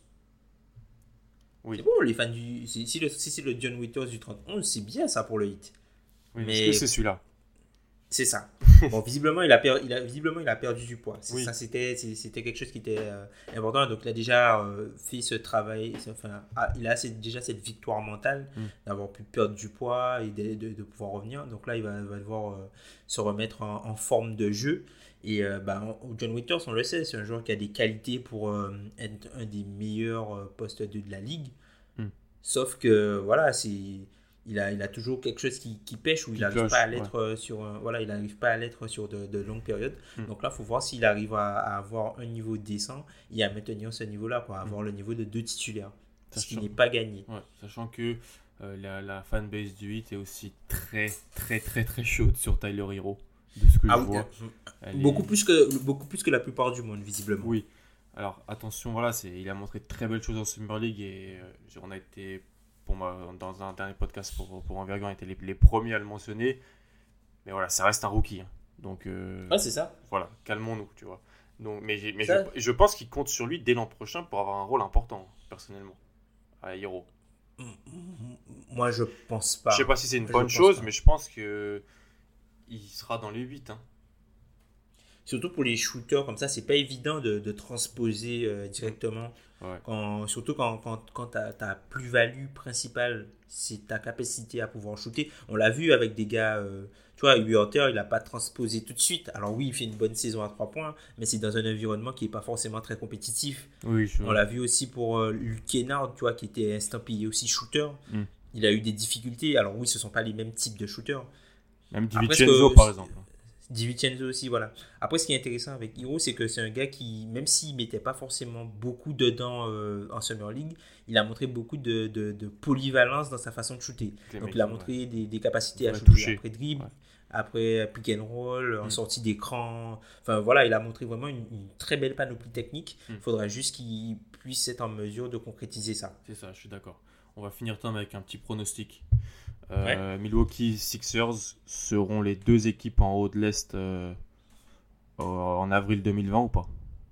oui. C'est bon, les fans du. Si, si, le, si c'est le Dion Waiters du trente onze, c'est bien ça pour le Heat. Oui, mais est-ce que c'est celui-là? C'est ça. Bon, visiblement, il a, per... il a, visiblement, il a perdu du poids. C'est, oui. Ça, c'était, c'était quelque chose qui était euh, important. Donc, il a déjà euh, fait ce travail. Enfin, ah, il a cette, déjà cette victoire mentale mm. d'avoir pu perdre du poids et de, de, de pouvoir revenir. Donc là, il va, va devoir euh, se remettre en, en forme de jeu. Et euh, bah, John Waiters, on le sait, c'est un joueur qui a des qualités pour euh, être un des meilleurs euh, postes deux de la ligue. Mm. Sauf que, voilà, c'est... Il a, il a toujours quelque chose qui, qui pêche ou il n'arrive pas à l'être ouais. sur voilà, il n'arrive pas à l'être sur de, de longues périodes. Mm. Donc là, il faut voir s'il arrive à, à avoir un niveau décent et à maintenir ce niveau-là, quoi, à avoir mm. le niveau de deux titulaires, sachant, ce qui n'est pas gagné. Ouais, sachant que euh, la, la fanbase du Heat est aussi très, très, très, très chaude sur Tyler Hero, de ce que ah, je vois. Euh, beaucoup, est... plus que, beaucoup plus que la plupart du monde, visiblement. Oui. Alors, attention, voilà, c'est, il a montré de très belles choses en Summer League et euh, on a été... Pour moi, dans un dernier podcast pour, pour Envergure, on était les, les premiers à le mentionner. Mais voilà, ça reste un rookie. Hein. Donc, euh, ouais, c'est ça. Voilà, calmons-nous, tu vois. Donc, mais mais je, je pense qu'il compte sur lui dès l'an prochain pour avoir un rôle important, personnellement, à Hero. Moi, je pense pas. Je sais pas si c'est une bonne chose, pas. mais je pense qu'il sera dans les huit. Hein. surtout pour les shooters comme ça, c'est pas évident de, de transposer euh, directement. Ouais. Quand, surtout quand, quand, quand ta, ta plus-value principale, c'est ta capacité à pouvoir shooter. On l'a vu avec des gars, euh, tu vois, Huey Hunter, il n'a pas transposé tout de suite. Alors oui, il fait une bonne saison à trois points, mais c'est dans un environnement qui n'est pas forcément très compétitif. Oui, je... On l'a vu aussi pour euh, Luke Kennard, tu vois, qui était estampillé aussi shooter. Mm. Il a eu des difficultés. Alors oui, ce ne sont pas les mêmes types de shooters. Même DiVincenzo, par exemple. DiVincenzo aussi, voilà. Après, ce qui est intéressant avec Herro, c'est que c'est un gars qui, même s'il ne mettait pas forcément beaucoup dedans euh, en Summer League, il a montré beaucoup de, de, de polyvalence dans sa façon de shooter. Les Donc, il a montré ouais. des, des capacités à shooter toucher. Après dribble, ouais. après pick and roll, mm. en sortie d'écran. Enfin, voilà, il a montré vraiment une, une très belle panoplie technique. Il mm. faudra juste qu'il puisse être en mesure de concrétiser ça. C'est ça, je suis d'accord. On va finir Tom avec un petit pronostic. Euh, ouais. Milwaukee Sixers seront les deux équipes en haut de l'Est euh, en avril deux mille vingt ou pas?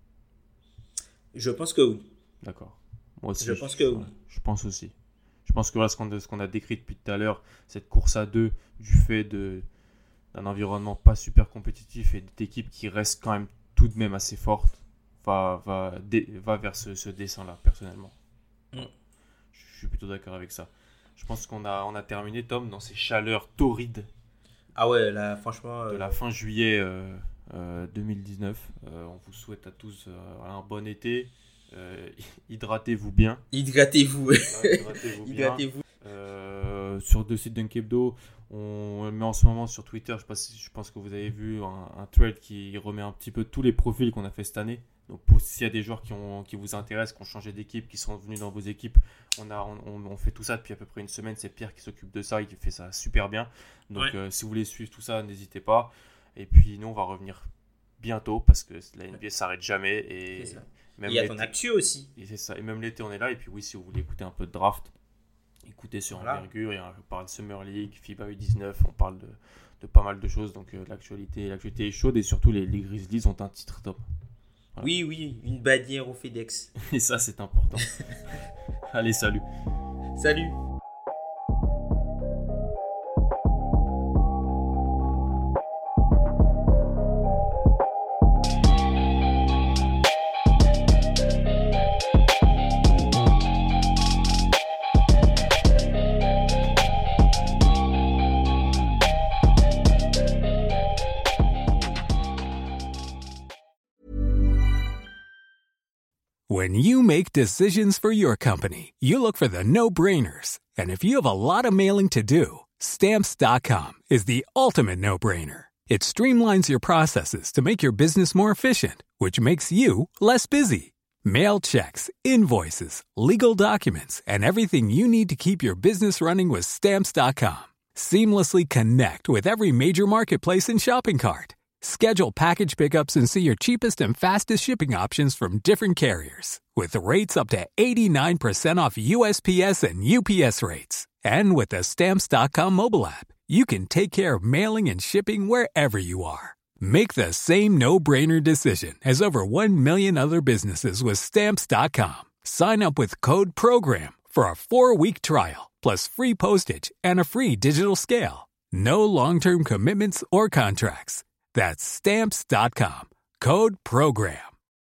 Je pense que oui. D'accord. Moi aussi. Je pense que oui. Je pense aussi. Je pense que voilà, ce qu'on, ce qu'on a décrit depuis tout à l'heure, cette course à deux, du fait de, d'un environnement pas super compétitif et d'équipes qui restent quand même tout de même assez fortes, va, va, dé, va vers ce, ce dessin-là, personnellement. Mm. Je suis plutôt d'accord avec ça. Je pense qu'on a, on a terminé, Tom, dans ces chaleurs torrides. Ah ouais, là, franchement... De euh... la fin juillet euh, euh, deux mille dix-neuf. Euh, on vous souhaite à tous euh, un bon été. Euh, hydratez-vous bien. Hydratez-vous. Ouais, hydratez-vous bien. Hydratez-vous. Euh, sur le site Dunkebdo, on met en ce moment sur Twitter, je pense, je pense que vous avez vu un, un thread qui remet un petit peu tous les profils qu'on a fait cette année. Donc pour, s'il y a des joueurs qui, ont, qui vous intéressent, qui ont changé d'équipe, qui sont venus dans vos équipes, on, a, on, on fait tout ça depuis à peu près une semaine. C'est Pierre qui s'occupe de ça, il fait ça super bien. Donc ouais. euh, si vous voulez suivre tout ça, n'hésitez pas. Et puis nous, on va revenir bientôt parce que la N B A ne s'arrête jamais. Et c'est ça. Même il y a ton actu aussi. Et c'est ça. Et même l'été, on est là. Et puis oui, si vous voulez écouter un peu de draft, écoutez sur voilà. Envergure. On parle de Summer League, FIBA U dix-neuf, on parle de, de pas mal de choses. Donc euh, l'actualité, l'actualité est chaude et surtout les, les Grizzlies ont un titre top. Voilà. Oui, oui, une bannière au FedEx. Et ça, c'est important. Allez, salut. Salut. When you make decisions for your company, you look for the no-brainers. And if you have a lot of mailing to do, Stamps dot com is the ultimate no-brainer. It streamlines your processes to make your business more efficient, which makes you less busy. Mail checks, invoices, legal documents, and everything you need to keep your business running with Stamps dot com. Seamlessly connect with every major marketplace and shopping cart. Schedule package pickups and see your cheapest and fastest shipping options from different carriers. With rates up to eighty-nine percent off U S P S and U P S rates. And with the Stamps dot com mobile app, you can take care of mailing and shipping wherever you are. Make the same no-brainer decision as over one million other businesses with Stamps dot com. Sign up with code PROGRAM for a four-week trial, plus free postage and a free digital scale. No long-term commitments or contracts. That's Stamps dot com. Code PROGRAM.